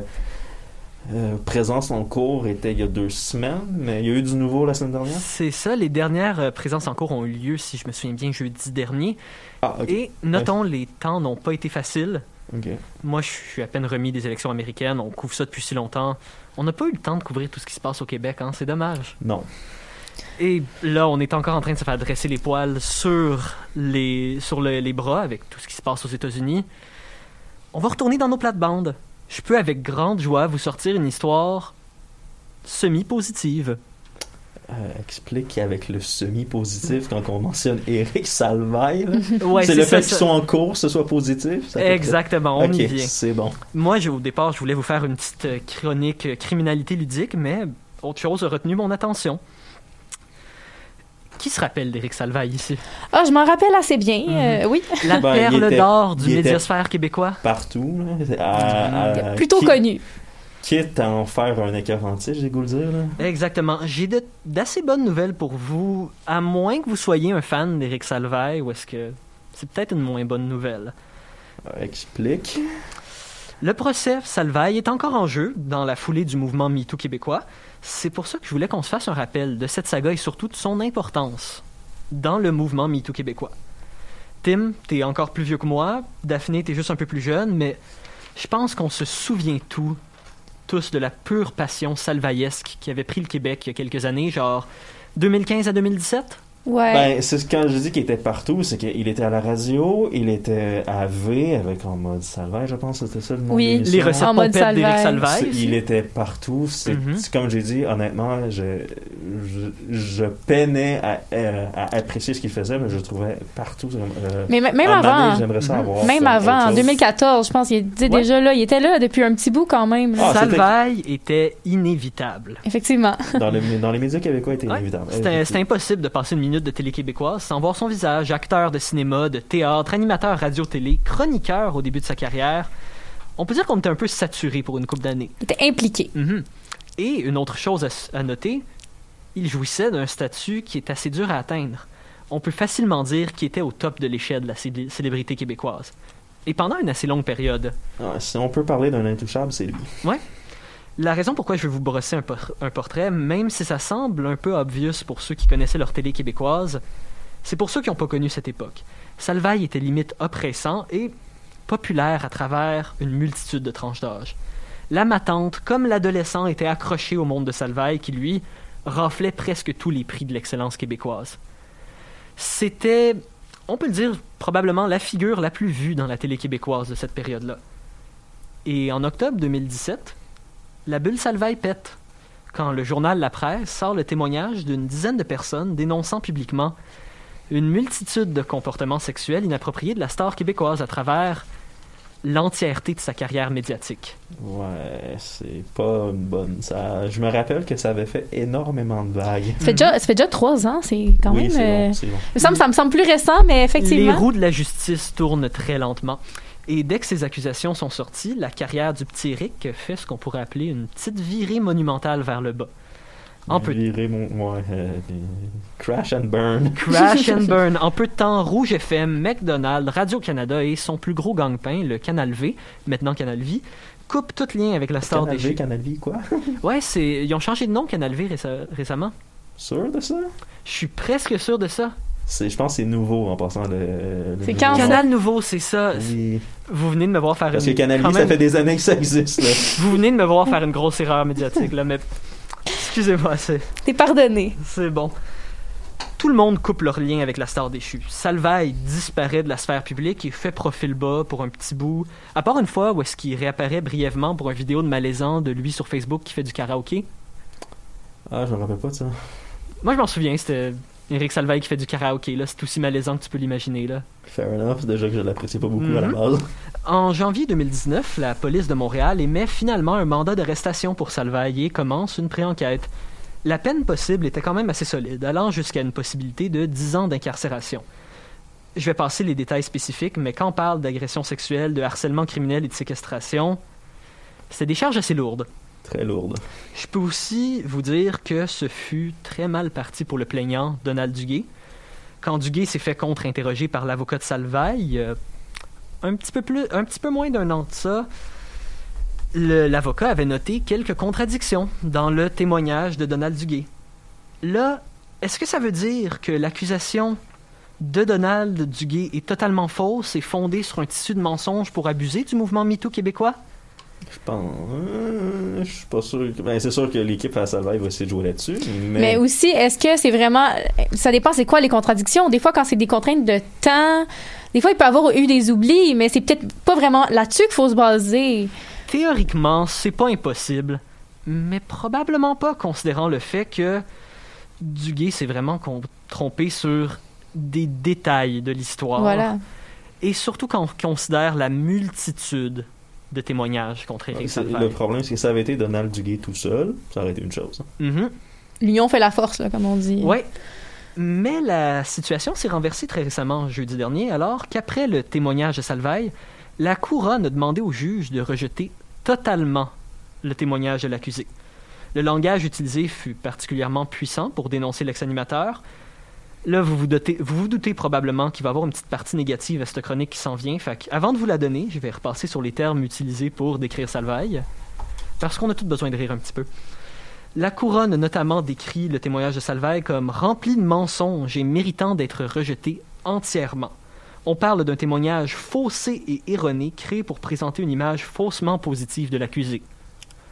euh, présences en cours étaient il y a deux semaines, mais il y a eu du nouveau la semaine dernière.
C'est ça, les dernières euh, présences en cours ont eu lieu, si je me souviens bien, jeudi dernier.
Ah, ok.
Et notons, les temps n'ont pas été faciles.
Ok.
Moi, je suis à peine remis des élections américaines. On couvre ça depuis si longtemps. On n'a pas eu le temps de couvrir tout ce qui se passe au Québec, hein? C'est dommage.
Non.
Et là, on est encore en train de se faire dresser les poils sur les, sur le- les bras avec tout ce qui se passe aux États-Unis. On va retourner dans nos plates-bandes. Je peux avec grande joie vous sortir une histoire semi-positive.
Euh, explique avec le semi-positif quand on mentionne Éric Salvaille. là.
Ouais,
c'est le
ça,
fait
ça.
qu'ils soient en cours, ce soit positif. ça peut être-
Exactement, on
Ok,
y vient.
c'est bon.
Moi, je- au départ, je voulais vous faire une petite euh, chronique euh, criminalité ludique, mais autre chose a retenu mon attention. Qui se rappelle d'Éric Salvaille ici?
Ah, je m'en rappelle assez bien.
Mhm.
euh, oui.
La
Ben, il
perle
était-
d'or du
il était-
médiasphère québécois.
Partout. Là, à- à-
Plutôt
qui-
connu.
Quitte à en faire un écœurantiste, j'ai goût le dire. Là.
Exactement. J'ai de- d'assez bonnes nouvelles pour vous, à moins que vous soyez un fan d'Éric Salvaille, ou est-ce que c'est peut-être une moins bonne nouvelle.
Euh, explique.
Le procès Salvaille est encore en jeu dans la foulée du mouvement MeToo québécois. C'est pour ça que je voulais qu'on se fasse un rappel de cette saga et surtout de son importance dans le mouvement MeToo québécois. Tim, t'es encore plus vieux que moi. Daphné, t'es juste un peu plus jeune, mais je pense qu'on se souvient tout tous de la pure passion salvaillesque qui avait pris le Québec il y a quelques années, genre deux mille quinze à deux mille dix-sept?
Ouais.
Ben, c'est ce- quand je dis qu'il était partout, c'est qu'il était à la radio, il était à V avec En mode Salvaille, je pense, c'était ça le nom
Oui.
de l'émission.
Les recettes
En mode
pompettes d'Éric
Salvaille.
Salvaille.
C'est-
aussi.
Il était partout. C'est
Mhm.
c'est comme j'ai dit, honnêtement, je, je, je peinais à, euh, à apprécier ce qu'il faisait, mais je le trouvais partout. Euh,
Mais m- même
à un moment donné,
avant,
j'aimerais ça
Mhm.
avoir
même
comme
avant,
autre
en
chose.
deux mille quatorze, je pense, il était
Ouais.
déjà là. Il était là depuis un petit bout quand même. là.
Ah, c'était-
Salvaille était inévitable.
Effectivement.
Dans, le- dans les médias québécois, il était
Ouais,
inévitable.
C'était c'était impossible de passer une minute de télé québécoise sans voir son visage, acteur de cinéma, de théâtre, animateur radio-télé, chroniqueur au début de sa carrière. On peut dire qu'on était un peu saturé pour une couple d'années.
Il était impliqué.
Mhm. Et une autre chose à, s- à noter, il jouissait d'un statut qui est assez dur à atteindre. On peut facilement dire qu'il était au top de l'échelle de la célé- célébrité québécoise. Et pendant une assez longue période.
Ah, si on peut parler d'un intouchable, c'est lui.
La raison pourquoi je vais vous brosser un, por- un portrait, même si ça semble un peu obvious pour ceux qui connaissaient leur télé québécoise, c'est pour ceux qui n'ont pas connu cette époque. Salvaille était limite oppressant et populaire à travers une multitude de tranches d'âge. La matante, comme l'adolescent, était accrochée au monde de Salvaille qui, lui, raflait presque tous les prix de l'excellence québécoise. C'était, on peut le dire, probablement la figure la plus vue dans la télé québécoise de cette période-là. Et en octobre deux mille dix-sept, la bulle Salvaille pète, quand le journal La Presse sort le témoignage d'une dizaine de personnes dénonçant publiquement une multitude de comportements sexuels inappropriés de la star québécoise à travers l'entièreté de sa carrière médiatique.
Ouais, c'est pas une bonne. Ça, je me rappelle que ça avait fait énormément de vagues.
Ça fait, déjà, ça fait déjà trois ans, c'est quand
oui,
même...
c'est
euh,
long, c'est long.
il me semble- ça me semble plus récent, mais
Les
effectivement.
roues de la justice tournent très lentement. Et dès que ces accusations sont sorties, la carrière du petit Eric fait ce qu'on pourrait appeler une petite virée monumentale vers le bas. En peu de
Virer mon, ouais, euh, des- crash and burn.
Crash and burn. En peu de temps, Rouge F M, McDonald's, Radio-Canada et son plus gros gang-pain, le Canal V, maintenant Canal Vie, coupent tout lien avec la star
Canal
déchue.
V, Canal V, quoi?
Ouais, c'est... ils ont changé de nom, Canal V, réce- récemment.
Sûr de ça?
Je suis presque sûr de ça.
C'est, je pense que c'est nouveau en passant le. le
C'est
nouveau
quand
nom.
ça?
Canal Nouveau, c'est ça.
Oui.
Vous venez de me voir faire
Parce
une...
que Canal
quand
V, ça
même,
fait des années que ça existe, là.
Vous venez de me voir faire une grosse erreur médiatique, là, mais... Excusez-moi, c'est...
T'es pardonné.
C'est bon. Tout le monde coupe leur lien avec la star déchue. Salvaille disparaît de la sphère publique et fait profil bas pour un petit bout. À part une fois où est-ce qu'il réapparaît brièvement pour une vidéo de malaisant de lui sur Facebook qui fait du karaoké.
Ah, je me rappelle pas de ça.
Moi, je m'en souviens, c'était Éric Salvaille qui fait du karaoké, là. C'est aussi malaisant que tu peux l'imaginer, là.
Fair enough, déjà que je l'apprécie pas beaucoup à la
Mhm.
base.
En janvier deux mille dix-neuf, la police de Montréal émet finalement un mandat d'arrestation pour Salvaille et commence une pré-enquête. La peine possible était quand même assez solide, allant jusqu'à une possibilité de dix ans d'incarcération. Je vais passer les détails spécifiques, mais quand on parle d'agression sexuelle, de harcèlement criminel et de séquestration, c'est des charges assez lourdes.
Très lourde.
Je peux aussi vous dire que ce fut très mal parti pour le plaignant, Donald Duguay. Quand Duguay s'est fait contre-interroger par l'avocat de Salvaille, euh, un petit peu plus, un petit peu moins d'un an de ça, le- l'avocat avait noté quelques contradictions dans le témoignage de Donald Duguay. Là, est-ce que ça veut dire que l'accusation de Donald Duguay est totalement fausse et fondée sur un tissu de mensonges pour abuser du mouvement MeToo québécois?
Je pense. euh, je suis pas sûr. Que... Ben, c'est sûr que l'équipe à Salvaille va essayer de jouer là-dessus. Mais,
Mais aussi, est-ce que c'est vraiment... Ça dépend c'est quoi les contradictions. Des fois, quand c'est des contraintes de temps, des fois, il peut y avoir eu des oublis, mais c'est peut-être pas vraiment là-dessus qu'il faut se baser.
Théoriquement, c'est pas impossible, mais probablement pas, considérant le fait que Duguay s'est vraiment con- trompé sur des détails de l'histoire.
Voilà.
Et surtout quand on considère la multitude de témoignages contre Éric
c'est-
Salvaille.
le problème, c'est que ça avait été Donald Duguay tout seul, ça aurait été une chose. hein.
Mhm.
L'union fait la force, là, comme on dit.
Ouais. Mais la situation s'est renversée très récemment, jeudi dernier, alors qu'après le témoignage de Salvaille, la couronne a demandé au juge de rejeter totalement le témoignage de l'accusé. Le langage utilisé fut particulièrement puissant pour dénoncer l'ex-animateur. Là, vous vous, doutez, vous vous doutez probablement qu'il va y avoir une petite partie négative à cette chronique qui s'en vient. Fait avant de vous la donner, je vais repasser sur les termes utilisés pour décrire Salvaille, parce qu'on a tous besoin de rire un petit peu. La couronne a notamment décrit le témoignage de Salvaille comme rempli de mensonges et méritant d'être rejeté entièrement. On parle d'un témoignage faussé et erroné créé pour présenter une image faussement positive de l'accusé.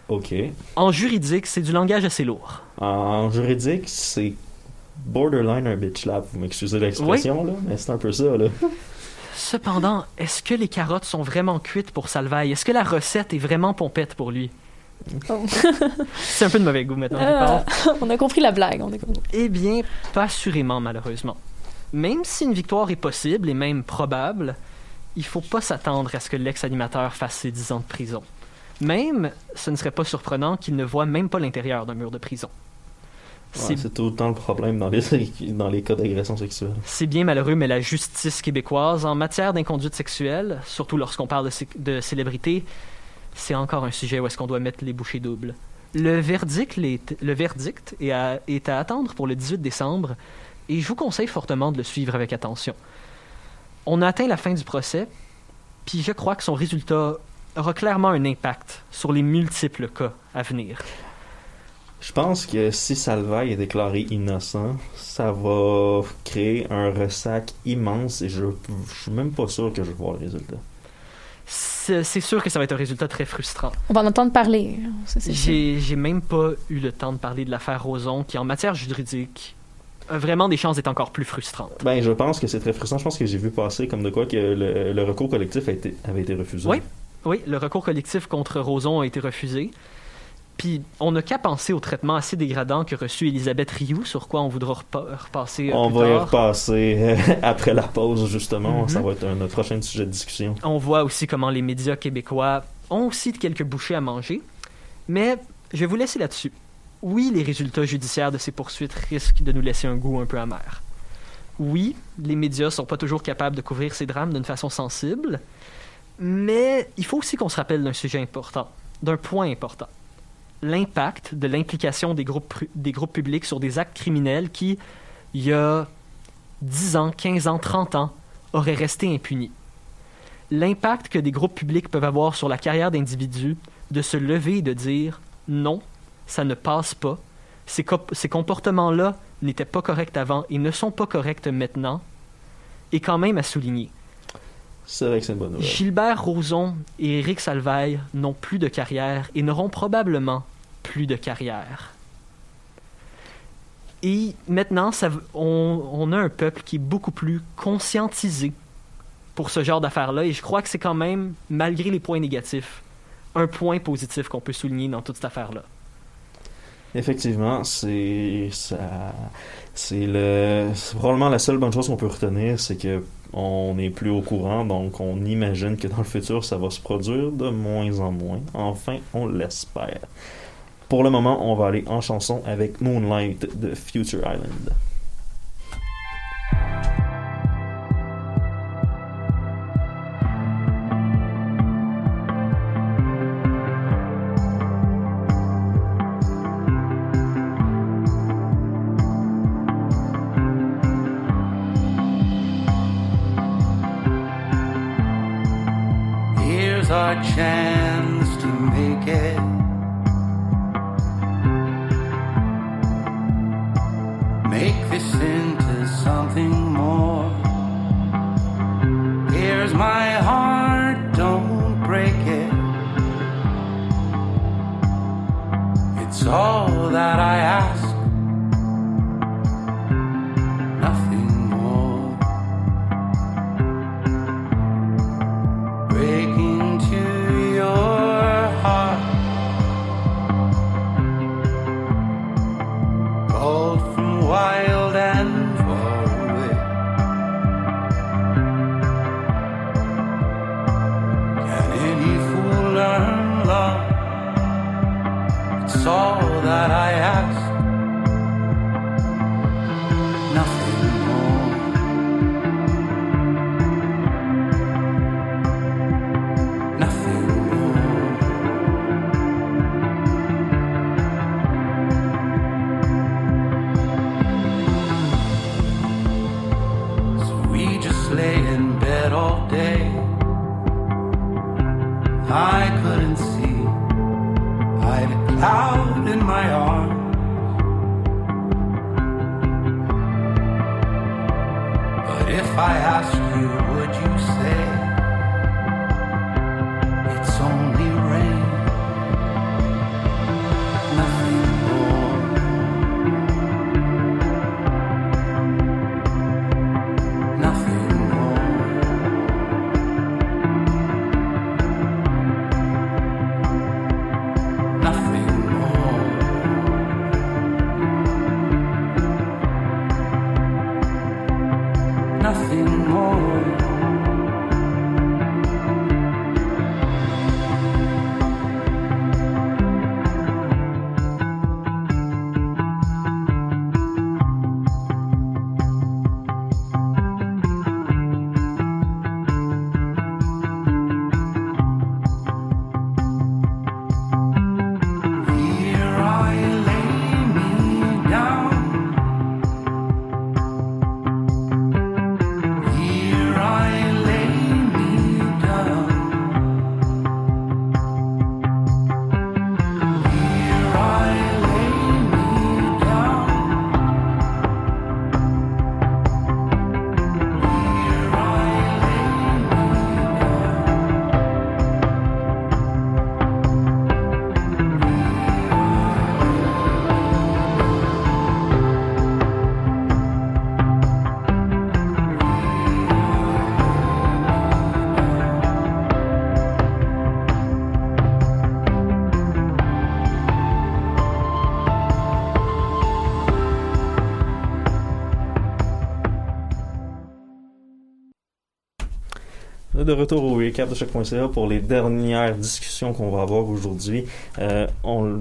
OK.
En juridique, c'est du langage assez lourd.
En juridique, c'est borderline un bitch slap. Vous m'excusez l'expression, là, mais c'est un peu ça, là.
Cependant, est-ce que les carottes sont vraiment cuites pour Salvaille? Est-ce que la recette est vraiment pompette pour lui?
Oh.
C'est un peu de mauvais goût maintenant.
Euh, on a compris la blague. On a compris.
Eh bien, pas assurément, malheureusement. Même si une victoire est possible et même probable, il faut pas s'attendre à ce que l'ex-animateur fasse ses dix ans de prison. Même, ce ne serait pas surprenant qu'il ne voit même pas l'intérieur d'un mur de prison.
C'est, ouais, c'est tout le temps le problème dans les, dans les cas d'agression sexuelle.
C'est bien malheureux, mais la justice québécoise, en matière d'inconduite sexuelle, surtout lorsqu'on parle de, c- de célébrité, c'est encore un sujet où est-ce qu'on doit mettre les bouchées doubles. Le verdict, les, le verdict est, à, est à attendre pour le dix-huit décembre, et je vous conseille fortement de le suivre avec attention. On a atteint la fin du procès, puis je crois que son résultat aura clairement un impact sur les multiples cas à venir.
Je pense que si Salvaille est déclaré innocent, ça va créer un ressac immense et je ne suis même pas sûr que je vais voir le résultat.
C'est, c'est sûr que ça va être un résultat très frustrant.
On va en entendre parler. Ça, c'est
j'ai, j'ai même pas eu le temps de parler de l'affaire Roson, qui en matière juridique a vraiment des chances d'être encore plus frustrante.
Ben, je pense que c'est très frustrant. Je pense que j'ai vu passer comme de quoi que le, le recours collectif a été, avait été refusé.
Oui, oui, le recours collectif contre Roson a été refusé. Puis, on n'a qu'à penser au traitement assez dégradant que reçut Elisabeth Rioux, sur quoi on voudra repa- repasser
On
plus
va
tard.
y repasser après la pause, justement.
Mm-hmm.
Ça va être un, notre prochain sujet de discussion.
On voit aussi comment les médias québécois ont aussi quelques bouchées à manger. Mais je vais vous laisser là-dessus. Oui, les résultats judiciaires de ces poursuites risquent de nous laisser un goût un peu amer. Oui, les médias sont pas toujours capables de couvrir ces drames d'une façon sensible. Mais il faut aussi qu'on se rappelle d'un sujet important, d'un point important. L'impact de l'implication des groupes, des groupes publics sur des actes criminels qui, il y a dix ans, quinze ans, trente ans, auraient resté impunis. L'impact que des groupes publics peuvent avoir sur la carrière d'individus, de se lever et de dire « non, ça ne passe pas, ces, co- ces comportements-là n'étaient pas corrects avant et ne sont pas corrects maintenant », est quand même à souligner.
C'est vrai que c'est une bonne nouvelle.
Gilbert Rozon et Éric Salvaille n'ont plus de carrière et n'auront probablement plus de carrière. Et maintenant, ça, on, on a un peuple qui est beaucoup plus conscientisé pour ce genre d'affaires-là, et je crois que c'est quand même, malgré les points négatifs, un point positif qu'on peut souligner dans toute cette affaire-là.
Effectivement, c'est ça, c'est le, c'est probablement la seule bonne chose qu'on peut retenir, c'est que on n'est plus au courant, donc on imagine que dans le futur ça va se produire de moins en moins. Enfin, on l'espère. Pour le moment, on va aller en chanson avec Moonlight de Future Island.
Here's our chance to make it. Make this into something more. Here's my heart, don't break it. It's all that I ask, nothing more. Break into your heart, called from wild and far away. Can any fool learn love? It's all that I ask, nothing more. Nothing more. So we just lay in bed all day. I couldn't see, I had a cloud in my arms. But if I asked you, would you say it's only rain? nothing more. Here I lay me down. Here I lay me down. Here I lay me down. Here I
De retour au recap de choc.ca pour les dernières discussions qu'on va avoir aujourd'hui. Euh, on...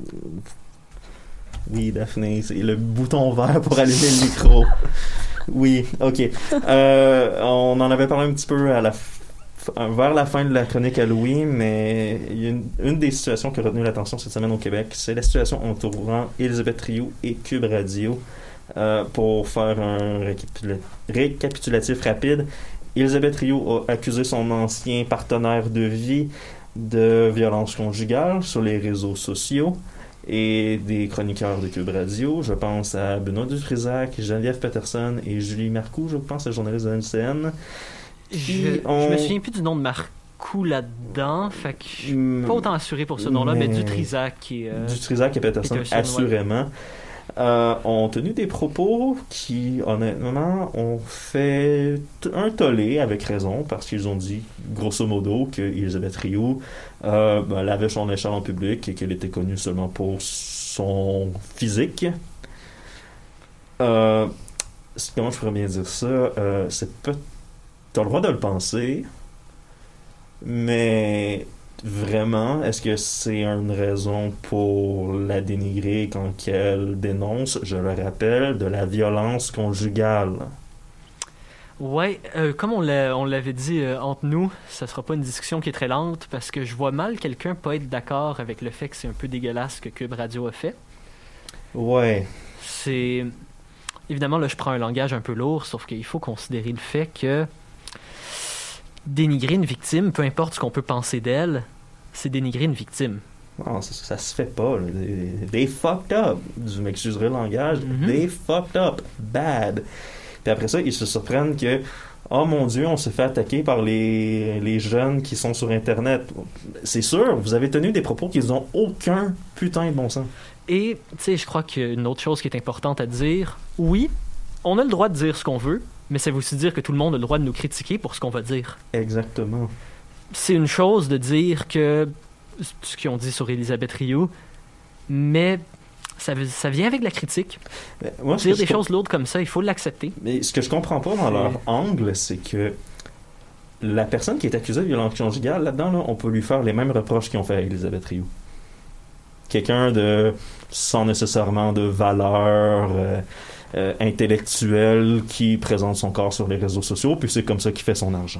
Oui, Daphné, c'est le bouton vert pour allumer le micro. Oui, ok. Euh, on en avait parlé un petit peu à la f- vers la fin de la chronique à Louis, mais il y a une, une des situations qui a retenu l'attention cette semaine au Québec, c'est la situation entourant Elisabeth Rioux et Cube Radio. Euh, pour faire un récapitula- récapitulatif rapide, Elisabeth Rioux a accusé son ancien partenaire de vie de violence conjugale sur les réseaux sociaux et des chroniqueurs de Cube Radio. Je pense à Benoît Dutrisac, Geneviève Peterson et Julie Marcoux, je pense, la journaliste de N C N.
Je,
on-
je me souviens plus du nom de Marcoux là-dedans, fait que je suis
Hmm,
pas autant assuré pour ce nom-là, mais,
mais-
Dutrisac qui est... euh,
Dutrisac et Peterson,
Peterson, ouais.
assurément, euh, ont tenu des propos qui, honnêtement, ont fait t- un tollé avec raison, parce qu'ils ont dit, grosso modo, que Elisabeth Rioux euh, ben, lavait son échelle en public et qu'elle était connue seulement pour son physique. Euh, c'est- comment je pourrais bien dire ça? Euh, c'est pas... T'as le droit de le penser, mais vraiment, est-ce que c'est une raison pour la dénigrer quand elle dénonce, je le rappelle, de la violence conjugale?
Ouais, euh, comme on, l'a, on l'avait dit euh, entre nous, ça sera pas une discussion qui est très lente parce que je vois mal quelqu'un pas être d'accord avec le fait que c'est un peu dégueulasse ce que Cube Radio a fait.
Ouais.
C'est... Évidemment, là, je prends un langage un peu lourd, sauf qu'il faut considérer le fait que dénigrer une victime, peu importe ce qu'on peut penser d'elle, c'est dénigrer une victime.
Non, ça, ça se fait pas. Là. They, they fucked up. Je m'excuserai le langage.
Mhm.
They fucked up. Bad. Puis après ça, ils se surprennent que, oh mon Dieu, on s'est fait attaquer par les, les jeunes qui sont sur Internet. C'est sûr, vous avez tenu des propos qui n'ont aucun putain de bon sens.
Et, tu sais, je crois qu'une autre chose qui est importante à dire, oui, on a le droit de dire ce qu'on veut, mais ça veut aussi dire que tout le monde a le droit de nous critiquer pour ce qu'on va dire.
Exactement.
C'est une chose de dire que ce qu'ils ont dit sur Elisabeth Rioux, mais ça, veut- ça vient avec la critique.
Mais moi, ce
Dire
que
des
je com-
choses lourdes comme ça, il faut l'accepter.
Mais ce que je comprends pas dans leur angle, c'est que la personne qui est accusée de violence conjugale, là-dedans, là, on peut lui faire les mêmes reproches qu'ils ont fait à Elisabeth Rioux. Quelqu'un de sans nécessairement de valeur euh, euh, intellectuelle qui présente son corps sur les réseaux sociaux, puis c'est comme ça qu'il fait son argent.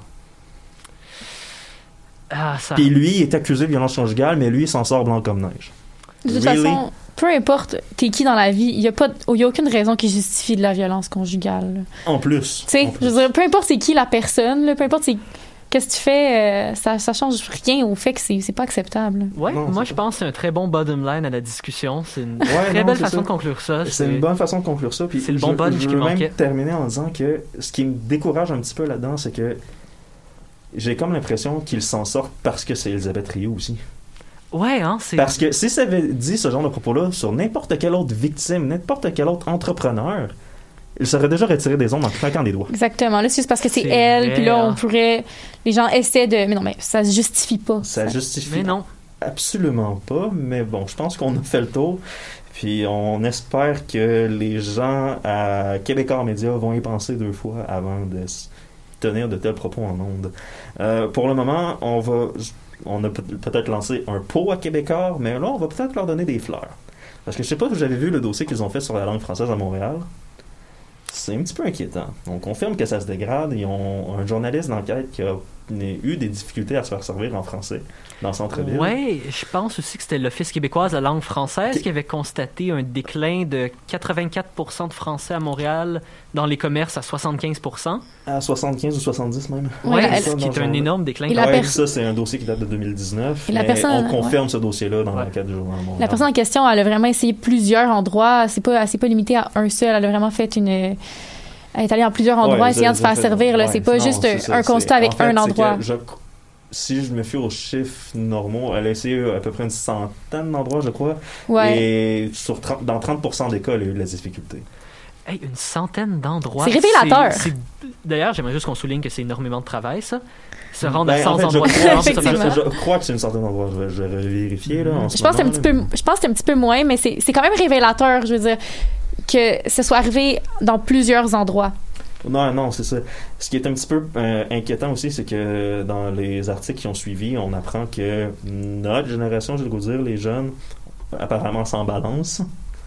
Ah, ça...
Puis lui, il est accusé de violence conjugale, mais lui, il s'en sort blanc comme neige.
De toute
Really?
façon, peu importe t'es qui dans la vie, il n'y a, pas- y a aucune raison qui justifie de la violence conjugale. là.
En plus.
Tu sais,
En
je
plus.
veux dire, peu importe c'est qui la personne, là, peu importe c'est qu'est-ce que tu fais, euh, ça, ça change rien au fait que c'est, c'est pas acceptable. là.
Ouais,
Non,
moi
c'est
je
pas-
pense que c'est un très bon bottom line à la discussion. C'est une
Ouais,
très
non,
belle
c'est
façon
ça.
de conclure ça.
C'est une bonne façon de conclure ça. Puis
C'est le
je-
bon punch
je
qui
veux
manquait.
même terminer en disant que ce qui me décourage un petit peu là-dedans, c'est que j'ai comme l'impression qu'ils s'en sortent parce que c'est Elisabeth Rioux aussi.
Ouais, hein, c'est...
Parce que si ça avait dit ce genre de propos-là sur n'importe quelle autre victime, n'importe quel autre entrepreneur, il serait déjà retiré des ondes en claquant des doigts.
Exactement. Là, c'est juste parce que c'est,
C'est
elle,
vrai,
puis là, on
hein.
pourrait. Les gens essaient de. Mais non, mais ça se justifie pas.
Ça justifie
Mais non.
absolument pas, mais bon, je pense qu'on a fait le tour. Puis on espère que les gens à Québécois Média vont y penser deux fois avant de s- tenir de tels propos en ondes. Euh, pour le moment, on va, on a peut- peut-être lancé un pot à Québécois, mais là, on va peut-être leur donner des fleurs. Parce que je sais pas si vous avez vu le dossier qu'ils ont fait sur la langue française à Montréal. C'est un petit peu inquiétant. On confirme que ça se dégrade. Ils ont un journaliste d'enquête qui a eu des difficultés à se faire servir en français dans le centre-ville.
Ouais, je pense aussi que c'était l'Office québécois de la langue française
Ok.
qui avait constaté un déclin de quatre-vingt-quatre pour cent de français à Montréal, dans les commerces à soixante-quinze pour cent.
À soixante-quinze ou soixante-dix même.
Ouais,
Ouais,
elle-
ce qui est un énorme déclin.
Et la
Ouais,
per-
puis ça, c'est un dossier qui date de deux mille dix-neuf.
Et la
mais
personne-
on confirme ce dossier-là dans l'enquête du Journal de Montréal.
La personne en question, elle a vraiment essayé plusieurs endroits. C'est pas, elle s'est pas limitée à un seul. Elle a vraiment fait une. Elle est allée en plusieurs endroits
Ouais,
essayant de
ils
se
ont
faire
fait-
servir. Là.
ouais,
c'est pas
non,
juste
c'est ça,
un
c'est-
constat avec
en fait,
un
c'est
endroit.
que je- si je me fie aux chiffres normaux, elle a essayé à peu près une centaine d'endroits, je crois.
Ouais.
Et sur trente dans trente pour cent des cas, elle a eu de la difficulté.
Hey, une centaine d'endroits.
C'est révélateur.
C'est- c'est- D'ailleurs, j'aimerais juste qu'on souligne que c'est énormément de travail, ça. Se rendre
Ben,
à cent
en fait, je
endroits
crois,
différents, ça
Effectivement.
marche.
je crois que c'est une centaine d'endroits. Je vais, je vais vérifier là. En ce
Je pense que c'est un
moment,
petit
là.
peu, je pense que c'est un petit peu moins, mais c'est, c'est quand même révélateur, je veux dire, que ce soit arrivé dans plusieurs endroits.
Non, non, c'est ça. Ce qui est un petit peu euh, inquiétant aussi, c'est que dans les articles qui ont suivi, on apprend que notre génération, je vais vous dire, les jeunes, apparemment s'en balancent.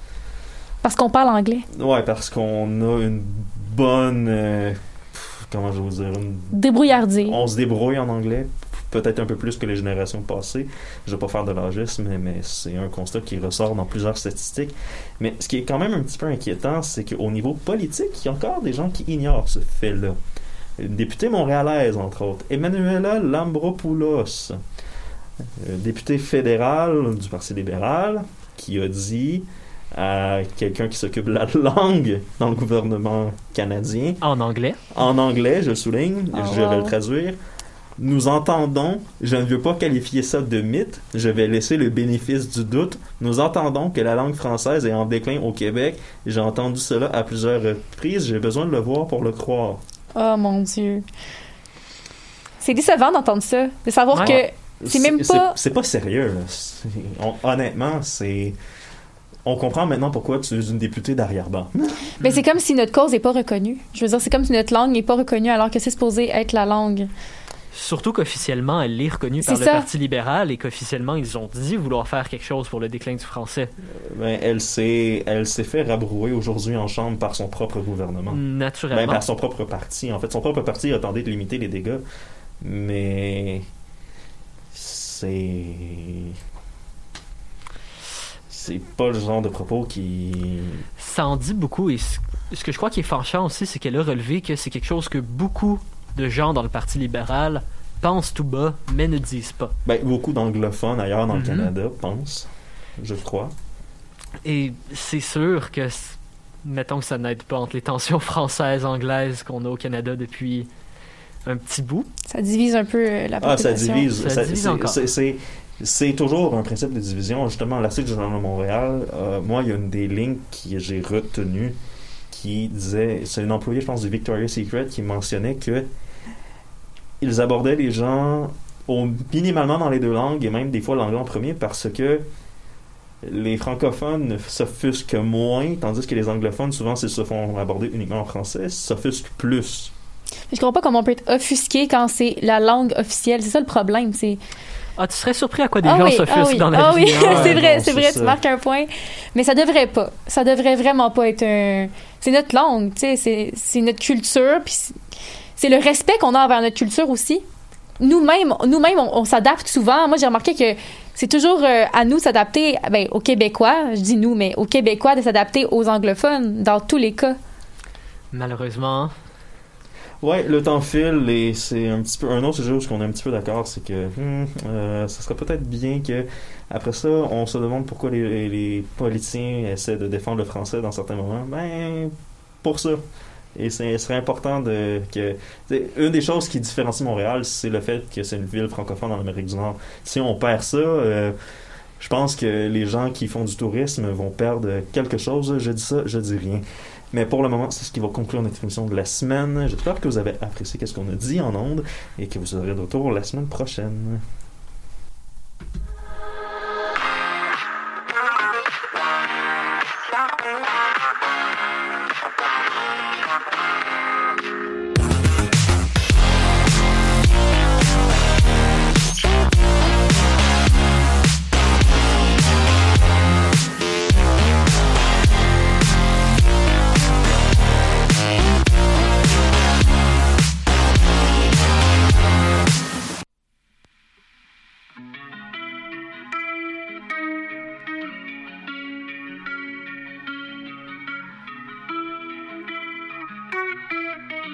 Parce qu'on parle anglais.
Ouais, parce qu'on a une bonne... euh, pff, comment je vais vous dire? Une-
Débrouillardise.
on se débrouille en anglais, peut-être un peu plus que les générations passées. Je vais pas faire de l'agisme, mais, mais c'est un constat qui ressort dans plusieurs statistiques. Mais ce qui est quand même un petit peu inquiétant, c'est qu'au niveau politique, il y a encore des gens qui ignorent ce fait-là. Une députée montréalaise, entre autres, Emmanuela Lambropoulos, euh, députée fédérale du Parti libéral, qui a dit à quelqu'un qui s'occupe de la langue dans le gouvernement canadien,
En anglais.
en anglais, je le souligne,
Oh,
je vais
wow.
le traduire. Nous entendons, je ne veux pas qualifier ça de mythe, je vais laisser le bénéfice du doute. Nous entendons que la langue française est en déclin au Québec. J'ai entendu cela à plusieurs reprises, j'ai besoin de le voir pour le croire.
Oh mon Dieu. C'est décevant d'entendre ça. De savoir
Ouais.
que c'est même pas.
C'est pas sérieux, là. C'est- on- honnêtement, c'est... On comprend maintenant pourquoi tu es une députée d'arrière-ban.
Ben, c'est comme si notre cause n'est pas reconnue. Je veux dire, c'est comme si notre langue n'est pas reconnue alors que c'est supposé être la langue.
Surtout qu'officiellement, elle est reconnue par
C'est
le
ça.
Parti libéral et qu'officiellement, ils ont dit vouloir faire quelque chose pour le déclin du français.
Ben, elle s'est elle s'est fait rabrouer aujourd'hui en chambre par son propre gouvernement. Ben,
Naturellement.
par son propre parti. En fait, son propre parti a tenté de limiter les dégâts, mais c'est c'est pas le genre de propos qui...
Ça en dit beaucoup et ce ce que je crois qui est fâchant aussi, c'est qu'elle a relevé que c'est quelque chose que beaucoup de gens dans le Parti libéral pensent tout bas, mais ne disent pas.
Ben, beaucoup d'anglophones ailleurs dans
Mhm.
le Canada pensent, je crois.
Et c'est sûr que, c- mettons que ça n'aide pas entre les tensions françaises-anglaises qu'on a au Canada depuis un petit bout.
Ça divise un peu euh, la
Ah, ça
population.
divise.
Ça
Ça-
divise
c'est-
encore.
c'est- C'est c'est toujours un principe de division. Justement, l'article du Journal de Montréal, euh, moi, il y a une des lignes que j'ai retenues qui disait, c'est une employée, je pense, du Victoria's Secret qui mentionnait que ils abordaient les gens au, minimalement dans les deux langues et même des fois l'anglais en premier parce que les francophones s'offusquent moins, tandis que les anglophones, souvent, s'ils se font aborder uniquement en français, s'offusquent plus.
Je comprends pas comment on peut être offusqué quand c'est la langue officielle. C'est ça le problème. C'est...
Ah, tu serais surpris à quoi des
ah
gens
oui,
s'offusquent
ah oui,
dans la
ah
vie.
oui,
Ah,
c'est vrai,
non,
c'est
c'est
vrai,
ça.
tu marques un point. Mais ça devrait pas. Ça devrait vraiment pas être un... C'est notre langue, tu sais, c'est, c'est notre culture, puis c'est, c'est le respect qu'on a envers notre culture aussi. Nous-mêmes, nous-mêmes on, on s'adapte souvent. Moi, j'ai remarqué que c'est toujours euh, à nous de s'adapter, ben, aux Québécois, je dis nous, mais aux Québécois de s'adapter aux anglophones, dans tous les cas.
Malheureusement.
Ouais, le temps file et c'est un petit peu un autre sujet où on est un petit peu d'accord, c'est que hmm, euh, ça serait peut-être bien que après ça, on se demande pourquoi les, les politiciens essaient de défendre le français dans certains moments. Ben pour ça. Et c'est, ce serait important de que t'sais, une des choses qui différencie Montréal, c'est le fait que c'est une ville francophone dans l'Amérique du Nord. Si on perd ça, euh, je pense que les gens qui font du tourisme vont perdre quelque chose. Je dis ça, je dis rien. Mais pour le moment, c'est ce qui va conclure notre émission de la semaine. J'espère que vous avez apprécié ce qu'on a dit en ondes et que vous serez de retour la semaine prochaine.